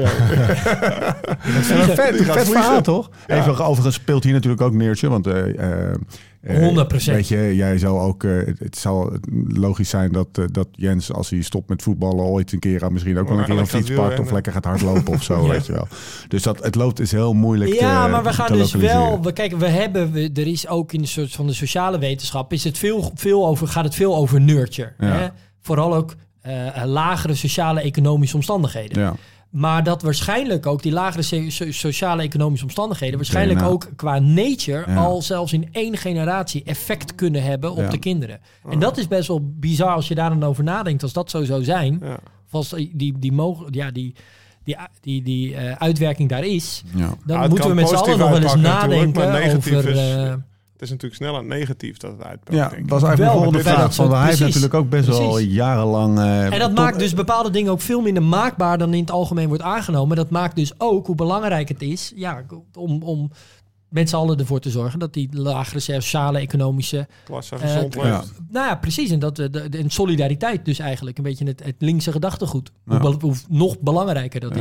Vet verhaal, toch? Ja. Even overigens speelt hier natuurlijk ook Neertje, want 100%. Weet je, jij zou ook, het zal logisch zijn dat Jens, als hij stopt met voetballen, ooit een keer misschien ook wel een keer een fiets pakt of lekker gaat hardlopen of zo, weet je wel. Dus het loopt is heel moeilijk. Ja, maar we gaan dus wel. Er is ook in de soort van de sociale wetenschap gaat het veel over nurture. Ja. Hè? Vooral ook lagere sociale-economische omstandigheden. Ja. Maar dat waarschijnlijk ook die lagere sociale-economische omstandigheden waarschijnlijk ook qua nature al zelfs in 1 generatie effect kunnen hebben op de kinderen. En dat is best wel bizar als je daar dan over nadenkt. Als dat zo zou zijn, als die uitwerking daar is, dan moeten we met z'n allen nog wel eens nadenken over. Het is natuurlijk snel negatief dat het uitpakt. Ja, dat was eigenlijk de volgende vraag. Hij heeft natuurlijk ook best wel jarenlang. En dat maakt dus bepaalde dingen ook veel minder maakbaar dan in het algemeen wordt aangenomen. Dat maakt dus ook hoe belangrijk het is om met z'n allen ervoor te zorgen dat die lagere sociale, economische klasse gezond leeft. Nou ja, precies. En dat de solidariteit dus eigenlijk een beetje het linkse gedachtegoed. Hoe nog belangrijker dat is.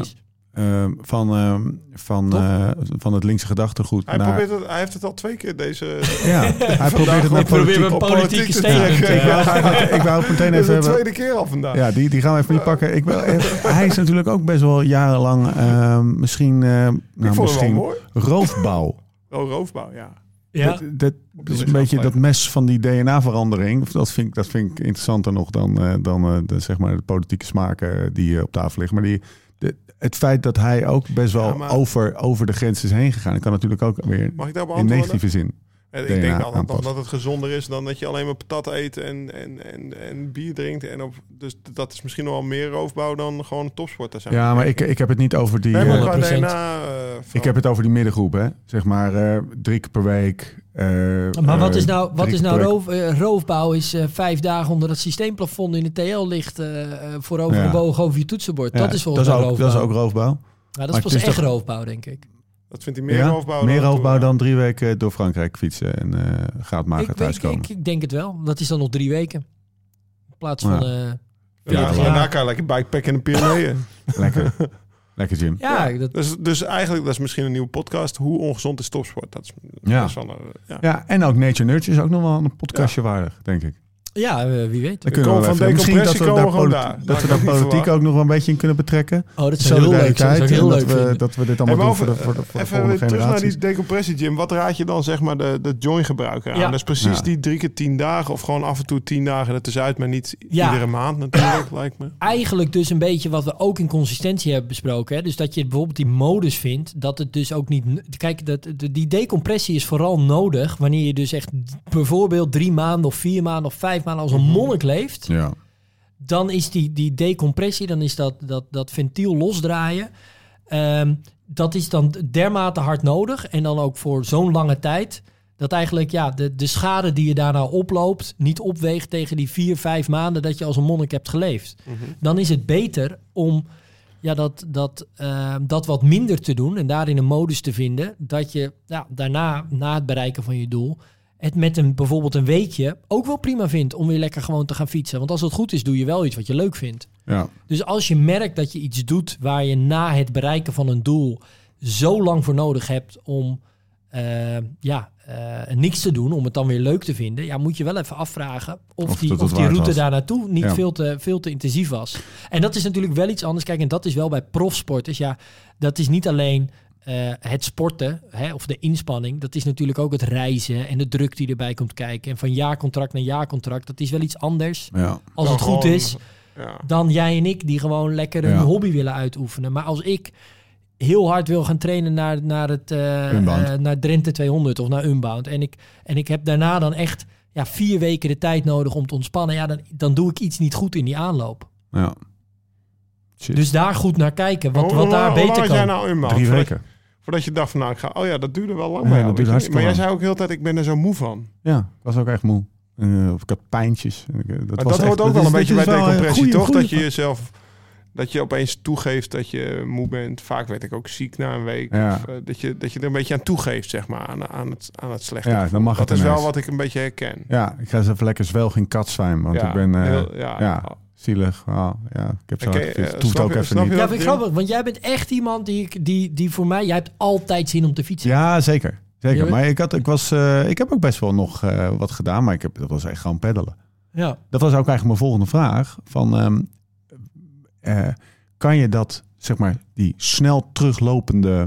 van het linkse gedachtegoed. Hij heeft het al 2 keer deze... Hij probeert het Ik probeer naar een politieke statement. Ik wou het meteen Dat is even de hebben. tweede keer al vandaag. Ja, die gaan we even niet pakken. Hij is natuurlijk ook best wel jarenlang misschien Ik vond het wel mooi. roofbouw. Oh, roofbouw, ja. Ja. Dat is een beetje dat mes van die DNA-verandering. Dat vind ik interessanter nog dan zeg maar de politieke smaken die op tafel liggen. Maar het feit dat hij ook best wel over de grens is heen gegaan. Dat kan natuurlijk ook weer Mag ik daarop in antwoorden? negatieve zin. Ik denk altijd dat het gezonder is dan dat je alleen maar patat eet en bier drinkt. Dus dat is misschien nog wel meer roofbouw dan gewoon topsporter zijn. Ja, maar ik heb het niet over die... Nee, maar qua 100%. DNA, ik heb het over die middengroep, hè. Zeg maar 3 keer per week. Maar wat is nou roofbouw? Is 5 dagen onder het systeemplafond in de TL ligt voorover gebogen over je toetsenbord. Dat is volgens mij roofbouw. Dat is ook roofbouw. Ja, dat is pas echt roofbouw, denk ik. Dat vindt hij meer roofbouw. Meer roofbouw dan 3 weken door Frankrijk fietsen en gaat maken thuiskomen. Ik denk het wel. Dat is dan nog 3 weken. In plaats van... En daar kan je lekker bikepacken in de Pyreneeën. Lekker Jim. Ja, Dus eigenlijk, dat is misschien een nieuwe podcast. Hoe ongezond is topsport? Dat is wel ja, en ook Nature Nurture is ook nog wel een podcastje waardig, denk ik. Ja, wie weet. Dan kunnen we van decompressie komen we daar politiek ook nog wel een beetje in kunnen betrekken. Oh, dat is heel leuk. Dat is heel leuk. Dat we dit allemaal doen voor de volgende generatie. Terug naar die decompressie, Jim. Wat raad je dan zeg maar de joint gebruiker aan? Ja. Dat is precies die 3 keer 10 dagen of gewoon af en toe 10 dagen ertussenuit, maar niet iedere maand natuurlijk, lijkt me. Eigenlijk dus een beetje wat we ook in consistentie hebben besproken. Hè? Dus dat je bijvoorbeeld die modus vindt, dat het dus ook niet... Kijk, die decompressie is vooral nodig wanneer je dus echt bijvoorbeeld 3 maanden of 4 maanden of 5 maanden als een monnik leeft. Ja. Dan is die decompressie, dan is dat ventiel losdraaien. Dat is dan dermate hard nodig. En dan ook voor zo'n lange tijd. Dat eigenlijk de schade die je daarna oploopt niet opweegt tegen die 4-5 maanden dat je als een monnik hebt geleefd. Mm-hmm. Dan is het beter om dat wat minder te doen en daarin een modus te vinden dat je daarna, na het bereiken van je doel, het met bijvoorbeeld een weekje ook wel prima vindt om weer lekker gewoon te gaan fietsen. Want als het goed is, doe je wel iets wat je leuk vindt. Ja. Dus als je merkt dat je iets doet waar je na het bereiken van een doel zo lang voor nodig hebt om niks te doen, om het dan weer leuk te vinden, moet je wel even afvragen of die route daar naartoe niet veel te intensief was. En dat is natuurlijk wel iets anders. Kijk, en dat is wel bij profsporters. Ja, dat is niet alleen het sporten of de inspanning. Dat is natuurlijk ook het reizen en de druk die erbij komt kijken. En van jaarcontract naar jaarcontract, dat is wel iets anders. Ja. Als het goed is, dan jij en ik die gewoon lekker een hobby willen uitoefenen. Maar als ik heel hard wil gaan trainen naar Drenthe 200 of naar Unbound. En ik heb daarna dan echt 4 weken de tijd nodig om te ontspannen. Ja, dan doe ik iets niet goed in die aanloop. Ja. Shit. Dus daar goed naar kijken. Wat daar beter kan. Jij nou Unbound? 3 weken. Voordat je dacht van dat duurde wel lang. Maar jij zei ook heel de tijd, ik ben er zo moe van. Ja, ik was ook echt moe. Of ik had pijntjes. Dat hoort ook wel een beetje bij decompressie, toch? Dat je jezelf... Dat je opeens toegeeft dat je moe bent. Vaak werd ik ook ziek na een week. Ja. Of, dat je er een beetje aan toegeeft, zeg maar, aan het slechte. Ja, dan mag dat het is ineens. Wel wat ik een beetje herken. Ja, ik ga eens even lekker zwelgen in katzwijn. Want ik ben zielig. Ik heb zo het hoeft ook even niet. Ja, vind ik grappig. Want jij bent echt iemand die voor mij... Jij hebt altijd zin om te fietsen. Ja, zeker. Maar ik heb ook best wel nog wat gedaan. Maar dat was echt gewoon peddelen. Ja. Dat was ook eigenlijk mijn volgende vraag. Van... kan je dat, zeg maar, die snel teruglopende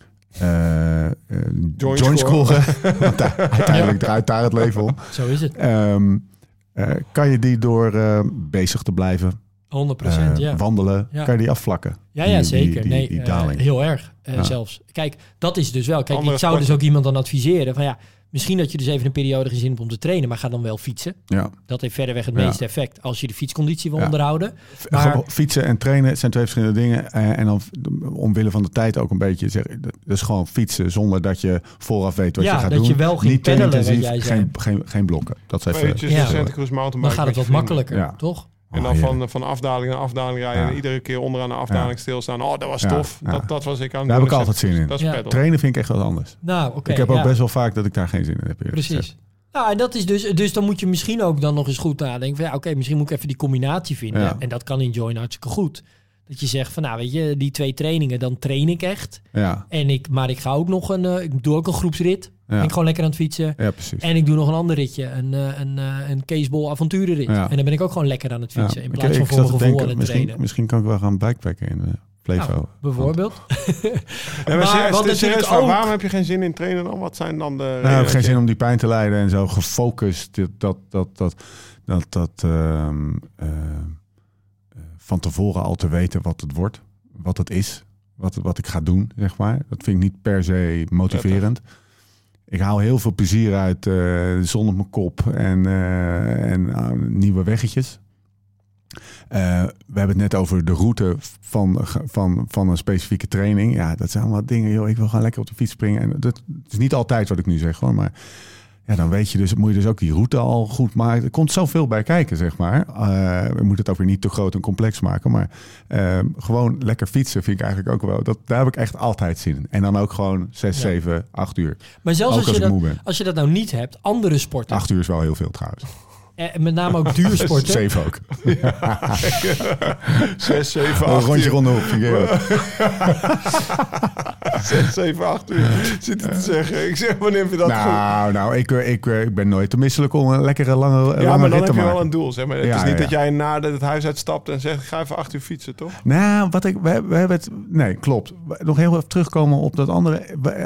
joint scoren, want uiteindelijk draait daar het leven om. Zo is het. Kan je die door bezig te blijven 100%, wandelen, kan je die afvlakken? Ja, zeker. Die daling. Heel erg zelfs. Kijk, dat is dus wel. Kijk, ik zou dus ook iemand dan adviseren van misschien dat je dus even een periode geen zin hebt om te trainen, maar ga dan wel fietsen. Ja. Dat heeft verreweg het meeste effect als je de fietsconditie wil onderhouden. Maar... Fietsen en trainen zijn 2 verschillende dingen. En dan omwille van de tijd ook een beetje zeggen, dat is gewoon fietsen zonder dat je vooraf weet wat je gaat doen. Ja, dat je wel ging peddelen, wat jij zei. Geen blokken. Dat is even... Dan gaat het wat makkelijker, toch? En dan van afdaling naar afdaling rijden en iedere keer onderaan de afdaling stilstaan. Oh, dat was tof. Ja. Dat was ik aan het Daar heb ik altijd zin in. Dat is trainen vind ik echt wat anders. Ik heb ook best wel vaak dat ik daar geen zin in heb. Precies. Nou, en dat is dus dan moet je misschien ook dan nog eens goed nadenken. Van misschien moet ik even die combinatie vinden. Ja. En dat kan in join hartstikke goed. Dat je zegt van, nou weet je, die 2 trainingen, dan train ik echt. Ja. Maar ik ga ook nog ik doe ook een groepsrit. Ja. Ben ik gewoon lekker aan het fietsen. Ja, precies. En ik doe nog een ander ritje, een Keesbol avonturenrit. Ja. En dan ben ik ook gewoon lekker aan het fietsen. Ja. In plaats van Ik voor zat mijn te gevoel denken, aan het trainen. misschien kan ik wel gaan bikepacken in Flevo. Nou, bijvoorbeeld. Waarom heb je geen zin in trainen dan? Wat zijn dan de... Ik heb geen zin om die pijn te lijden en zo gefocust van tevoren al te weten wat het wordt, wat het is, wat ik ga doen, zeg maar. Dat vind ik niet per se motiverend. Ik haal heel veel plezier uit de zon op mijn kop en nieuwe weggetjes. We hebben het net over de route van een specifieke training. Ja, dat zijn allemaal dingen, joh. Ik wil gewoon lekker op de fiets springen. En dat is niet altijd wat ik nu zeg, hoor. Maar ja, dan weet je dus, moet je dus ook die route al goed maken. Er komt zoveel bij kijken, zeg maar. We moeten het ook weer niet te groot en complex maken. Maar gewoon lekker fietsen vind ik eigenlijk ook wel. Daar heb ik echt altijd zin in. En dan ook gewoon 6, 7, 8 uur. Maar zelfs ook als je dat nou niet hebt, andere sporten. 8 uur is wel heel veel trouwens. Met name ook duursporten. 7 ook. 6, 7, 8 Een rondje rondom. 6, 7, 8 uur zit het te zeggen. Ik zeg, wanneer heb je dat goed? Nou, ik ben nooit te misselijk om een lekkere lange rit te maken. Maar dan heb je wel een doel, zeg maar. Het is niet dat jij na het huis uitstapt en zegt, ik ga even 8 uur fietsen, toch? Nou, we hebben het... Nee, klopt. Nog heel even terugkomen op dat andere.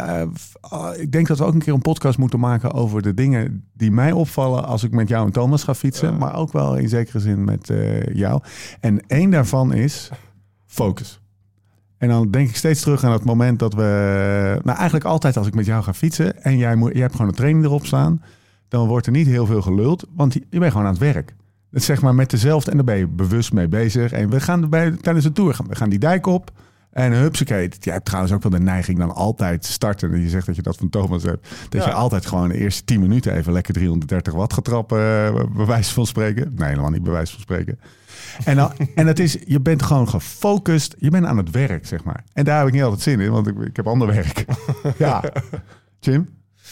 Ik denk dat we ook een keer een podcast moeten maken over de dingen die mij opvallen als ik met jou en Thomas ga fietsen. Maar ook wel in zekere zin met jou. En één daarvan is focus. En dan denk ik steeds terug aan het moment dat we... Nou, eigenlijk altijd als ik met jou ga fietsen en jij hebt gewoon een training erop staan, dan wordt er niet heel veel geluld, want je bent gewoon aan het werk. Dat is zeg maar met dezelfde, en daar ben je bewust mee bezig. En we gaan tijdens de tour, we gaan die dijk op. En hupsakee. Jij hebt trouwens ook wel de neiging dan altijd starten. En je zegt dat je dat van Thomas hebt. Dat je altijd gewoon de eerste 10 minuten even lekker 330 watt gaat trappen. Bij wijze van spreken. Nee, helemaal niet bij wijze van spreken. En het is, je bent gewoon gefocust. Je bent aan het werk, zeg maar. En daar heb ik niet altijd zin in, want ik heb ander werk. Ja. Jim?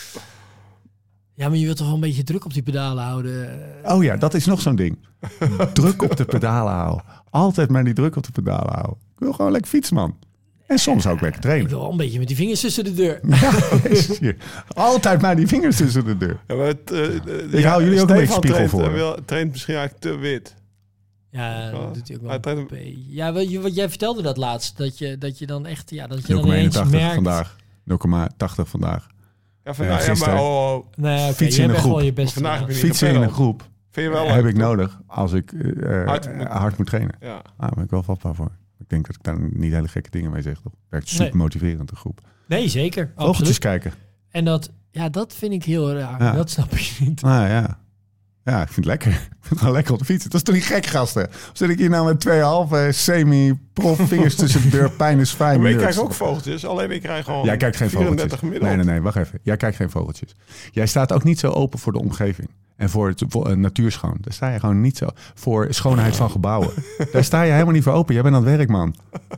Ja, maar je wilt toch wel een beetje druk op die pedalen houden? Oh ja, dat is nog zo'n ding. Druk op de pedalen houden. Altijd maar die druk op de pedalen houden. Ik wil gewoon lekker fietsen, man. En soms ook lekker trainen. Ik wil wel een beetje met die vingers tussen de deur. Ja, altijd maar die vingers tussen de deur. Ja, maar ik hou jullie ook een beetje spiegel voor. Traint misschien eigenlijk te wit. Ja, dat doet hij ook wel. Ja, wat jij vertelde dat laatst. Dat je dan echt... Ja, dat je dan 0,81 merkt. vandaag. 0,80 vandaag. Ja, vandaag, maar nee, fietsen in een groep. Je best fietsen in een groep. Vind je wel heb leuk, ik nodig als ik hard moet trainen. Ja. Daar ben ik wel vatbaar voor. Ik denk dat ik daar niet hele gekke dingen mee zeg. Dat werkt super motiverend, de groep. Nee, zeker. Vogeltjes kijken. En dat vind ik heel raar. Ja. Dat snap ik niet. Nou ja. Ja, ik vind het lekker. Ik vind het gewoon lekker op de fiets. Dat is toch niet gek, gasten? Of zit ik hier nou met 2,5 semi-prof vingers tussen de deur? Pijn is fijn. Maar ik krijg ook vogeltjes. Alleen ik krijg gewoon Jij kijkt geen 34 vogeltjes. gemiddeld. Nee, wacht even. Jij kijkt geen vogeltjes. Jij staat ook niet zo open voor de omgeving. En voor natuurschoon. Daar sta je gewoon niet zo. Voor schoonheid van gebouwen. Daar sta je helemaal niet voor open. Jij bent aan het werk, man.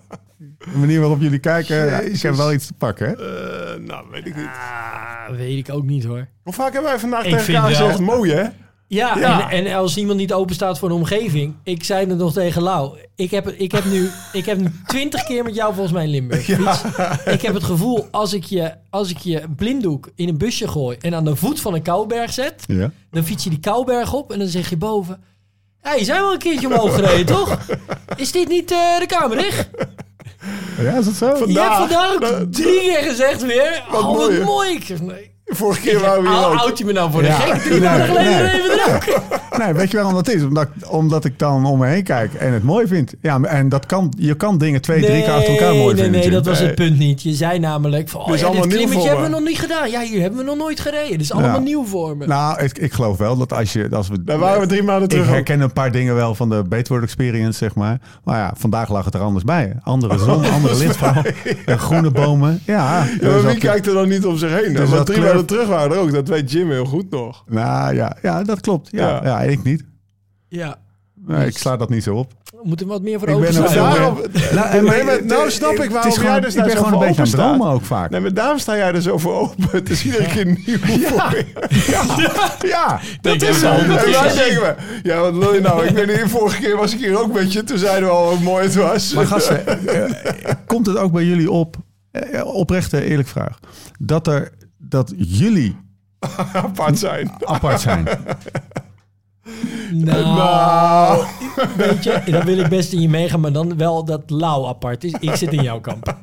De manier waarop jullie kijken, ik heb wel iets te pakken, hè? Nou, weet ik niet. Weet ik ook niet, hoor. Hoe vaak hebben wij vandaag tegen elkaar gezegd, mooi, hè? Ja. En als iemand niet open staat voor de omgeving... Ik zei het nog tegen Lau. Ik heb nu 20 keer met jou volgens mij in Limburg. Ik heb het gevoel, als ik je blinddoek in een busje gooi... en aan de voet van een kouberg zet... dan fiets je die kouberg op en dan zeg je boven... Hé, je zijn wel een keertje omhoog gereden, toch? Is dit niet de Kamerich? Ja, is dat zo? Je hebt vandaag ook 3 keer gezegd weer... Wat mooi. Ik zeg, nee. Vorige keer waren we hier ook. Houd je me nou voor de gek? 3 maanden geleden even druk. Nee, weet je waarom dat is? Omdat ik dan om me heen kijk en het mooi vind. Ja, en je kan dingen 2, 3 keer achter elkaar mooi vinden. Nee, dat was het punt niet. Je zei namelijk van, dit klimmetje hebben we nog niet gedaan. Ja, hier hebben we nog nooit gereden. Het is allemaal nieuw voor me. Nou, ik geloof wel dat als we... Daar waren we 3 maanden terug. Ik herken een paar dingen wel van de Beetword Experience, zeg maar. Maar ja, vandaag lag het er anders bij. Andere zon, andere lichtval. Groene bomen. Ja, maar wie kijkt er dan niet om zich heen? Dus dat 3 maanden terug waren er ook. Dat weet Jim heel goed nog. Nou ja, dat klopt. Ja, ik niet. Ja. Nee, ik sla dat niet zo op. We moeten wat meer voor Ik ben open ook staan. daarom- Nou snap ik waarom jij dus ik daar ben zo gewoon een voor beetje aan open het dromen staat. ook vaak. Nee, maar daarom sta jij er zo voor open. Het is iedere keer nieuw voor je. Ja, Dat is zo. En wij denken we, ja, wat wil je nou? Ik weet niet, vorige keer was ik hier ook met je. Toen zeiden we al hoe mooi het was. maar gasten, komt het ook bij jullie op, oprechte eerlijk vraag, dat jullie apart zijn. apart zijn? Nou, weet je, dan wil ik best in je meegaan, maar dan wel dat Lau apart is. Ik zit in jouw kamp.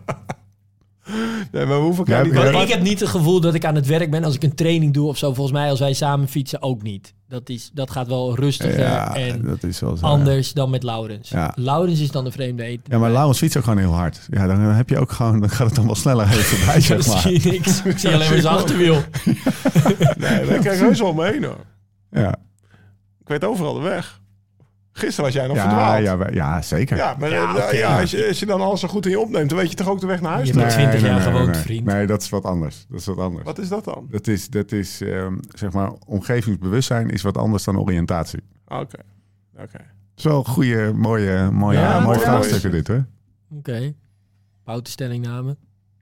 Nee, maar we hoeven elkaar Ja, niet... ja. Want ik heb niet het gevoel dat ik aan het werk ben als ik een training doe of zo. Volgens mij als wij samen fietsen ook niet. Dat gaat wel rustiger Ja, en dat is wel zo. anders dan met Laurens. Ja. Laurens is dan de vreemde eten. Ja, maar Laurens fietst ook gewoon heel hard. Ja, dan heb je ook gewoon, dan gaat het dan wel sneller even voorbij, Ik zeg maar. zie niks. Ik zie alleen maar zijn achterwiel. Nee, daar krijg ik heus wel mee, hoor. Ja, Ik weet overal de weg. Gisteren was jij nog ja, verdwaald. ja, zeker. Ja, maar oké. als je dan alles zo goed in je opneemt, dan weet je toch ook de weg naar huis. Je toe? bent 20 jaar gewoond, nee. vriend. Nee, dat is wat anders. Wat is dat dan? Dat is zeg maar, omgevingsbewustzijn is wat anders dan oriëntatie. Oké. Zo goede, mooie Ja, mooi. vraagstukken dit, hoor. Oké. Foute stellingname.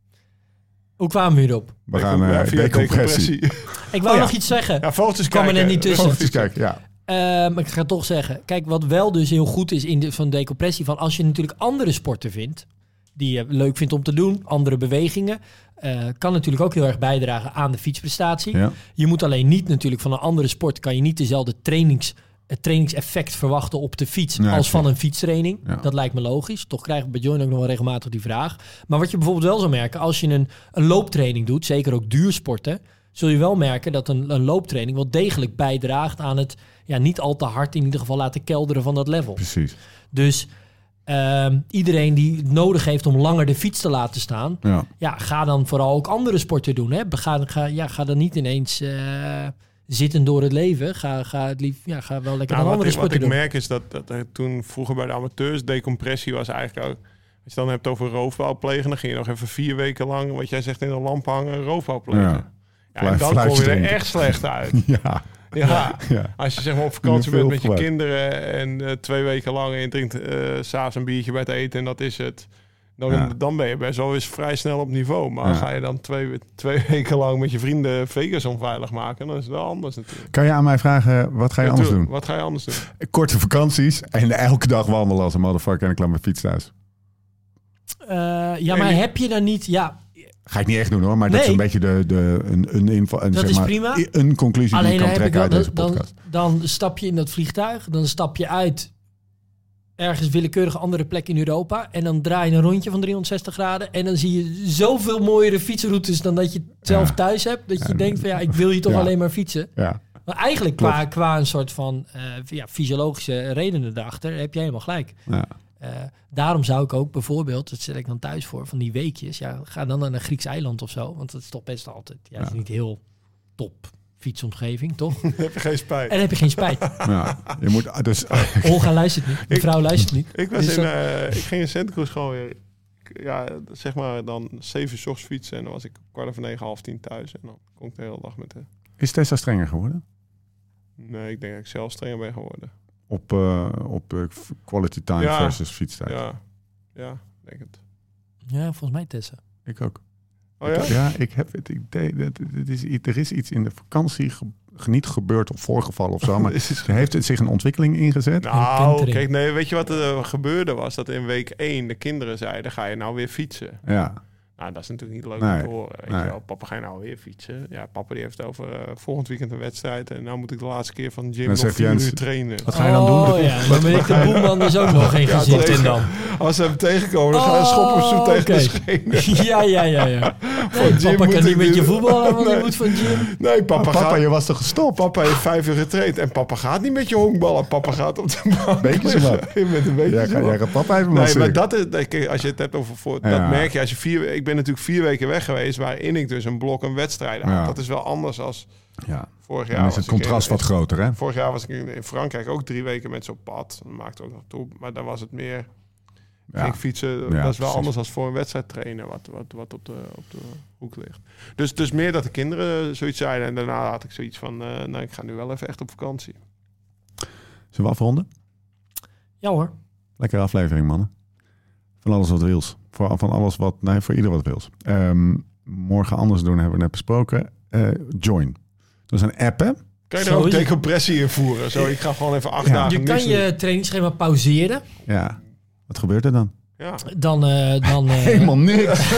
Hoe kwamen we hierop? We gaan via decompressie. Ik wou ja. nog iets zeggen. Ja, vogeltjes Kwam er kijken. net niet tussen. Vogeltjes kijken, ja. Maar ik ga het toch zeggen. Kijk, wat wel dus heel goed is in van decompressie, van als je natuurlijk andere sporten vindt die je leuk vindt om te doen, andere bewegingen, kan natuurlijk ook heel erg bijdragen aan de fietsprestatie. Ja. Je moet alleen niet natuurlijk van een andere sport, kan je niet dezelfde trainingseffect verwachten op de fiets Nee, als van precies. een fietstraining. Ja. Dat lijkt me logisch. Toch krijgen we bij Join ook nog wel regelmatig die vraag. Maar wat je bijvoorbeeld wel zou merken, als je een looptraining doet, zeker ook duursporten, zul je wel merken dat een looptraining wel degelijk bijdraagt aan het niet al te hard in ieder geval laten kelderen van dat level. Precies. Dus iedereen die het nodig heeft om langer de fiets te laten staan, Ja. ga dan vooral ook andere sporten doen. Hè? Ga dan niet ineens zitten door het leven. Ga wel lekker aan andere wat sporten ik doen. merk is dat toen vroeger bij de amateurs decompressie was eigenlijk ook... Als je dan hebt over roofbouw plegen, dan ging je nog even 4 weken lang, wat jij zegt, in een lamp hangen, roofbouw plegen. Ja. En dan kom je er echt slecht uit. Ja. Ja. Ja. Als je zeg maar op vakantie Veel bent met je geluid. kinderen en 2 weken lang en je drinkt 's avonds een biertje bij het eten en dat is het. Dan ben je best wel eens vrij snel op niveau. Maar ga je dan twee weken lang met je vrienden Vegas onveilig maken, dan is het wel anders natuurlijk. Kan je aan mij vragen, wat ga je anders doen? Wat ga je anders doen? Korte vakanties en elke dag wandelen als een motherfucker en ik laat mijn fiets thuis. Maar heb je dan niet... Ja, Ga ik niet echt doen hoor, maar dat is een beetje een inval. Dat zeg is maar, prima. Een conclusie die alleen je kan dan heb ik trekken uit wel, deze podcast. dan stap je in dat vliegtuig, dan stap je uit ergens willekeurig andere plek in Europa en dan draai je een rondje van 360 graden en dan zie je zoveel mooiere fietsroutes dan dat je zelf thuis hebt, dat je denkt van ik wil hier toch alleen maar fietsen. Ja. Maar eigenlijk qua een soort van fysiologische redenen erachter heb je helemaal gelijk. Ja. Daarom zou ik ook bijvoorbeeld, dat stel ik dan thuis voor, van die weekjes, ga dan naar een Grieks eiland of zo, want dat is toch best altijd, het is niet heel top fietsomgeving, toch? Dan heb je geen spijt. En dan heb je geen spijt. Ja, je moet dus... Olga luistert niet. De vrouw luistert niet. Ik was Dus ik ging in Santa Cruz gewoon weer, zeg maar dan 7 uur 's ochtends fietsen en dan was ik 9:15 thuis en dan kon ik de hele dag met de... Is Tessa strenger geworden? Nee, ik denk dat ik zelf strenger ben geworden. Op quality time versus fietstijd. Ja, denk het. Ja, volgens mij Tessa. Ik ook. Oh ja? Ja, ik heb het idee dat er is iets in de vakantie niet gebeurd of voorgevallen of zo. Maar er heeft zich een ontwikkeling ingezet. Nou, kijk, nee, weet je wat er gebeurde was? Dat in week 1 de kinderen zeiden, ga je nou weer fietsen? Ja. Nou, dat is natuurlijk niet leuk om te horen. Weet je wel, papa, ga je nou weer fietsen? Ja, papa die heeft over volgend weekend een wedstrijd. En nou moet ik de laatste keer van de gym nog 4 uur trainen. Wat ga je dan doen? Oh ja, dan ben ik de boeman dus ook nog in gezet in dan. Als ze hem tegenkomen, dan gaan ze schoppen op zoek tegen de schenen. Ja. Papa kan niet met je voetballen, want je moet van gym. Nee, papa, je was toch gestopt? Papa heeft 5 uur getraind. En papa gaat niet met je honkballen. Papa gaat op de bank. Beetjes hem op. Met een beetje Jij gaat papa even Nee, maar dat is, als je het hebt over... Dat merk je als je ik ben natuurlijk 4 weken weg geweest, waarin ik dus een blok een wedstrijd had. Ja. Dat is wel anders als vorig jaar. Dan is het contrast wat groter, hè? Vorig jaar was ik in Frankrijk ook 3 weken met zo'n pad. Dat maakte ook nog toe. Maar dan was het meer... Ik fietsen, dat is wel anders dan voor een wedstrijd trainen, wat op de hoek ligt. Dus meer dat de kinderen zoiets zeiden. En daarna had ik zoiets van, ik ga nu wel even echt op vakantie. Zullen we afronden? Ja hoor. Lekkere aflevering, mannen. Van alles wat wils. Voor ieder wat wils. Morgen anders doen hebben we net besproken. Join. Dat is een app, hè? Kan je er ook decompressie in voeren? Zo, ik ga gewoon even 8 dagen Je kan niks je doen. trainingsschema pauzeren. Ja. Wat gebeurt er dan? Ja. Dan Helemaal niks.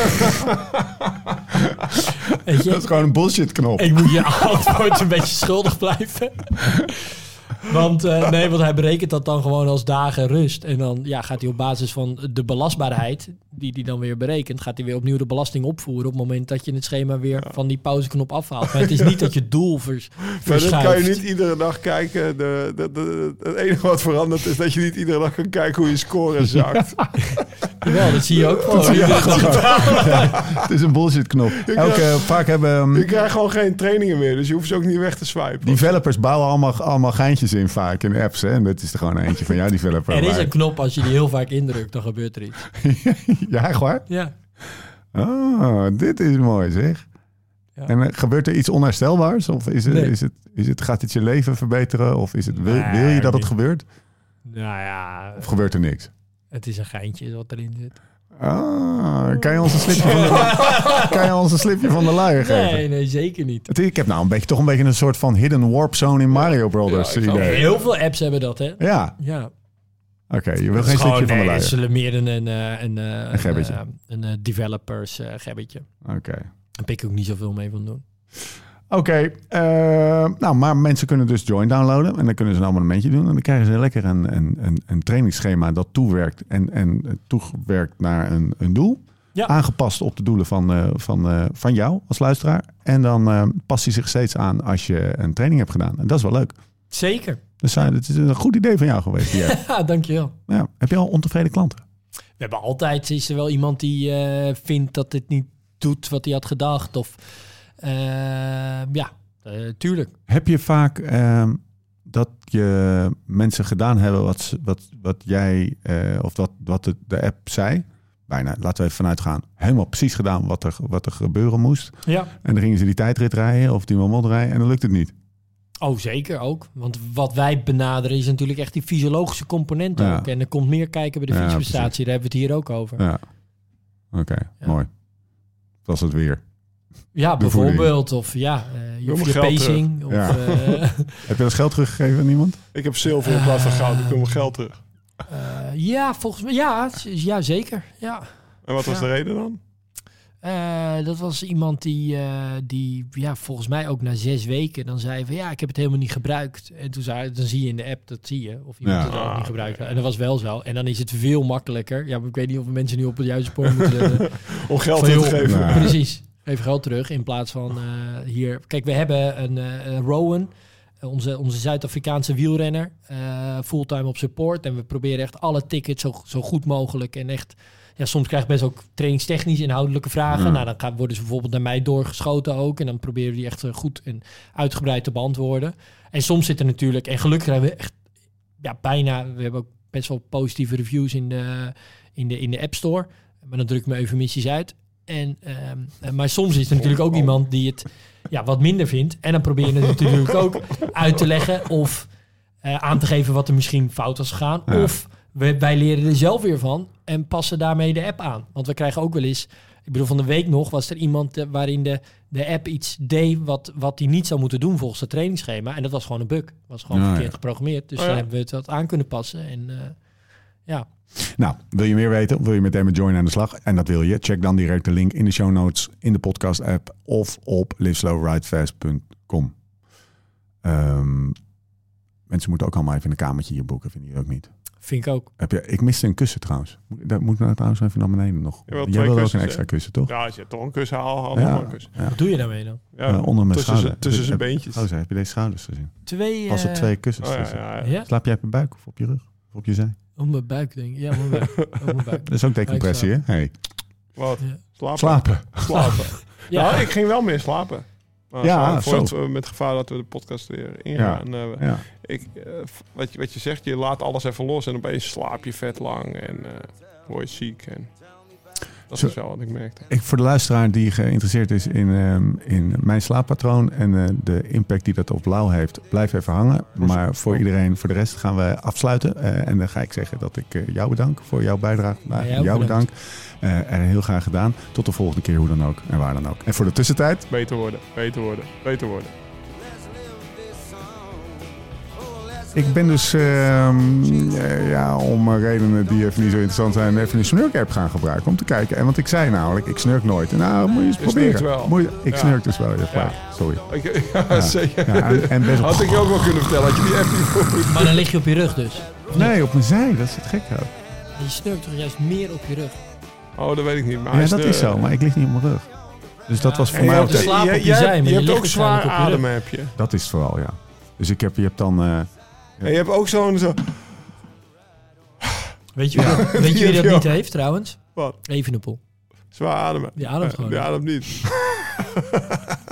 weet je, Dat is gewoon een bullshit knop. ik moet je antwoord een beetje schuldig blijven. Want hij berekent dat dan gewoon als dagen rust. En dan gaat hij op basis van de belastbaarheid, die hij dan weer berekent, gaat hij weer opnieuw de belasting opvoeren op het moment dat je het schema weer van die pauzeknop afhaalt. Maar het is niet dat je het doel verschuift. Maar dat kan je niet iedere dag kijken. Het enige wat verandert is dat je niet iedere dag kan kijken hoe je score zakt. Jawel, dat zie je ook gewoon. Het is een bullshit knop. Vaak hebben Je krijgt gewoon geen trainingen meer, dus je hoeft ze ook niet weg te swipen. developers bouwen allemaal geintjes in vaak in apps. Hè? En dat is er gewoon eentje van jouw developer. Er is een knop, als je die heel vaak indrukt, dan gebeurt er iets. Ja, echt waar? Ja. Oh, dit is mooi zeg. Ja. En gebeurt er iets onherstelbaars? Of Nee. gaat het je leven verbeteren? Of wil Nee, je dat het niet. gebeurt? Nou ja, Of gebeurt er niks? het is een geintje wat erin zit. Kan je ons een slipje van de luier geven? Nee, zeker niet. Ik heb nou toch een beetje een soort van hidden warp zone in Mario Brothers idee. Heel veel apps hebben dat, hè? Ja, Ja. oké. Je wil geen slipje van de Het luier. is meer een gebbetje. een developers gebbetje. Oké. Daar heb ik ook niet zoveel mee van doen. Oké, maar mensen kunnen dus Join downloaden en dan kunnen ze een abonnementje doen en dan krijgen ze lekker een trainingsschema dat toewerkt en toewerkt naar een doel. Ja. Aangepast op de doelen van jou als luisteraar. En dan past hij zich steeds aan als je een training hebt gedaan. En dat is wel leuk. Zeker. Dus het is een goed idee van jou geweest. Die app. Ja, dankjewel. Ja. Heb je al ontevreden klanten? We hebben altijd, is er wel iemand die vindt dat dit niet doet wat hij had gedacht. Of tuurlijk. Heb je vaak dat je mensen gedaan hebben wat jij of wat de app zei? Bijna, laten we even vanuit gaan. Helemaal precies gedaan wat er gebeuren moest. Ja. En dan gingen ze die tijdrit rijden of die mamot rijden en dan lukt het niet. Oh, zeker ook. Want wat wij benaderen is natuurlijk echt die fysiologische component Ja. ook. En er komt meer kijken bij de Ja, fietsprestatie. precies. Daar hebben we het hier ook over. Ja. Oké, mooi. Dat is het weer. Ja, De bijvoorbeeld. Of je Wil of mijn je geld pacing. Of, Ja. Heb je dat geld teruggegeven aan iemand? Ik heb zilver in plaats van goud. Ik wil mijn geld terug. ja, volgens mij. Ja, zeker. Ja. En wat was Ja. de reden dan? Dat was iemand die volgens mij ook na 6 weken dan zei van ik heb het helemaal niet gebruikt. En toen dan zie je in de app, dat zie je, of iemand het ook niet gebruikt. En dat was wel zo. En dan is het veel makkelijker. Ja, maar ik weet niet of we mensen nu op het juiste spoor moeten zetten. Om geld Van, terug te joh, geven. Ja. Precies. Geef geld terug in plaats van hier. Kijk, we hebben een Rowan, onze Zuid-Afrikaanse wielrenner, fulltime op support. En we proberen echt alle tickets zo goed mogelijk en echt. Ja, soms krijg ik best ook trainingstechnisch inhoudelijke vragen. Ja. Nou, dan worden ze bijvoorbeeld naar mij doorgeschoten ook. En dan proberen we die echt goed en uitgebreid te beantwoorden. En soms zit er natuurlijk, en gelukkig hebben we echt bijna, we hebben ook best wel positieve reviews in de App Store. Maar dan druk ik me eufemistisch uit. Maar soms is er natuurlijk ook iemand die het wat minder vindt. En dan probeer je het natuurlijk ook uit te leggen of aan te geven wat er misschien fout was gegaan. Ja. Of wij leren er zelf weer van en passen daarmee de app aan. Want we krijgen ook wel eens, ik bedoel van de week nog was er iemand waarin de app iets deed wat hij niet zou moeten doen volgens het trainingsschema. En dat was gewoon een bug. Was gewoon verkeerd geprogrammeerd. Dus dan hebben we het wat aan kunnen passen. En Nou, wil je meer weten? Of wil je meteen met Join aan de slag? En dat wil je. Check dan direct de link in de show notes, in de podcast app of op liveslowridefast.com. Mensen moeten ook allemaal even een kamertje hier boeken, vind je ook niet? vind ik ook. Ik miste een kussen trouwens. Dat moet nou trouwens even naar beneden nog. Jawel, Jij 2 wilde ook kussens, een extra hè? kussen, toch? Ja, als je toch een kussen haal nog maar een kussen. Ja. Wat doe je daarmee dan? Ja, Onder mijn tussen schouder. tussen zijn beentjes. Oh, heb je deze schouders gezien? 2... Pas er 2 kussens Oh, tussen. ja. Ja? Slaap jij op je buik of op je rug? Of op je zij? Op mijn buik, denk ik. Ja, op mijn buik. Op mijn buik. Dat is ook decompressie, hè? Hey. Wat? Ja. Slapen? Slapen. Slapen. Ja. Nou, ik ging wel meer slapen. Maar Ja, voor zo. met gevaar dat we de podcast weer ingaan. Ja. Wat je zegt, je laat alles even los en opeens slaap je vet lang en word je ziek. En... Dat is wel wat ik merkte. Voor de luisteraar die geïnteresseerd is in mijn slaappatroon en de impact die dat op Lau heeft, blijf even hangen. Maar voor iedereen, voor de rest gaan we afsluiten. En dan ga ik zeggen dat ik jou bedank voor jouw bijdrage. Jou bedankt. En heel graag gedaan. Tot de volgende keer, hoe dan ook en waar dan ook. En voor de tussentijd... Beter worden, beter worden, beter worden. Ik ben dus om redenen die even niet zo interessant zijn, even een snurk-app gaan gebruiken om te kijken. En want ik zei namelijk, ik snurk nooit. Nou, moet je eens proberen. Wel. Ik snurk dus wel. Sorry. Zeker. Ja, en best had ik je ook wel kunnen vertellen, had je die app niet voor. Maar dan lig je op je rug dus. Nee, op mijn zij. Dat is het gek. Je snurkt toch juist meer op je rug? Oh, dat weet ik niet. Maar ja, dat is zo. Maar ik lig niet op mijn rug. Dus dat was voor mij ook... Je hebt ook zwaar ademen, heb je. Dat is het vooral, ja. Dus je hebt dan... En je hebt ook zo'n... Weet je wie dat niet heeft trouwens? Wat? Evenepoel. Zwaar ademen. Die ademt gewoon. Die ademt niet.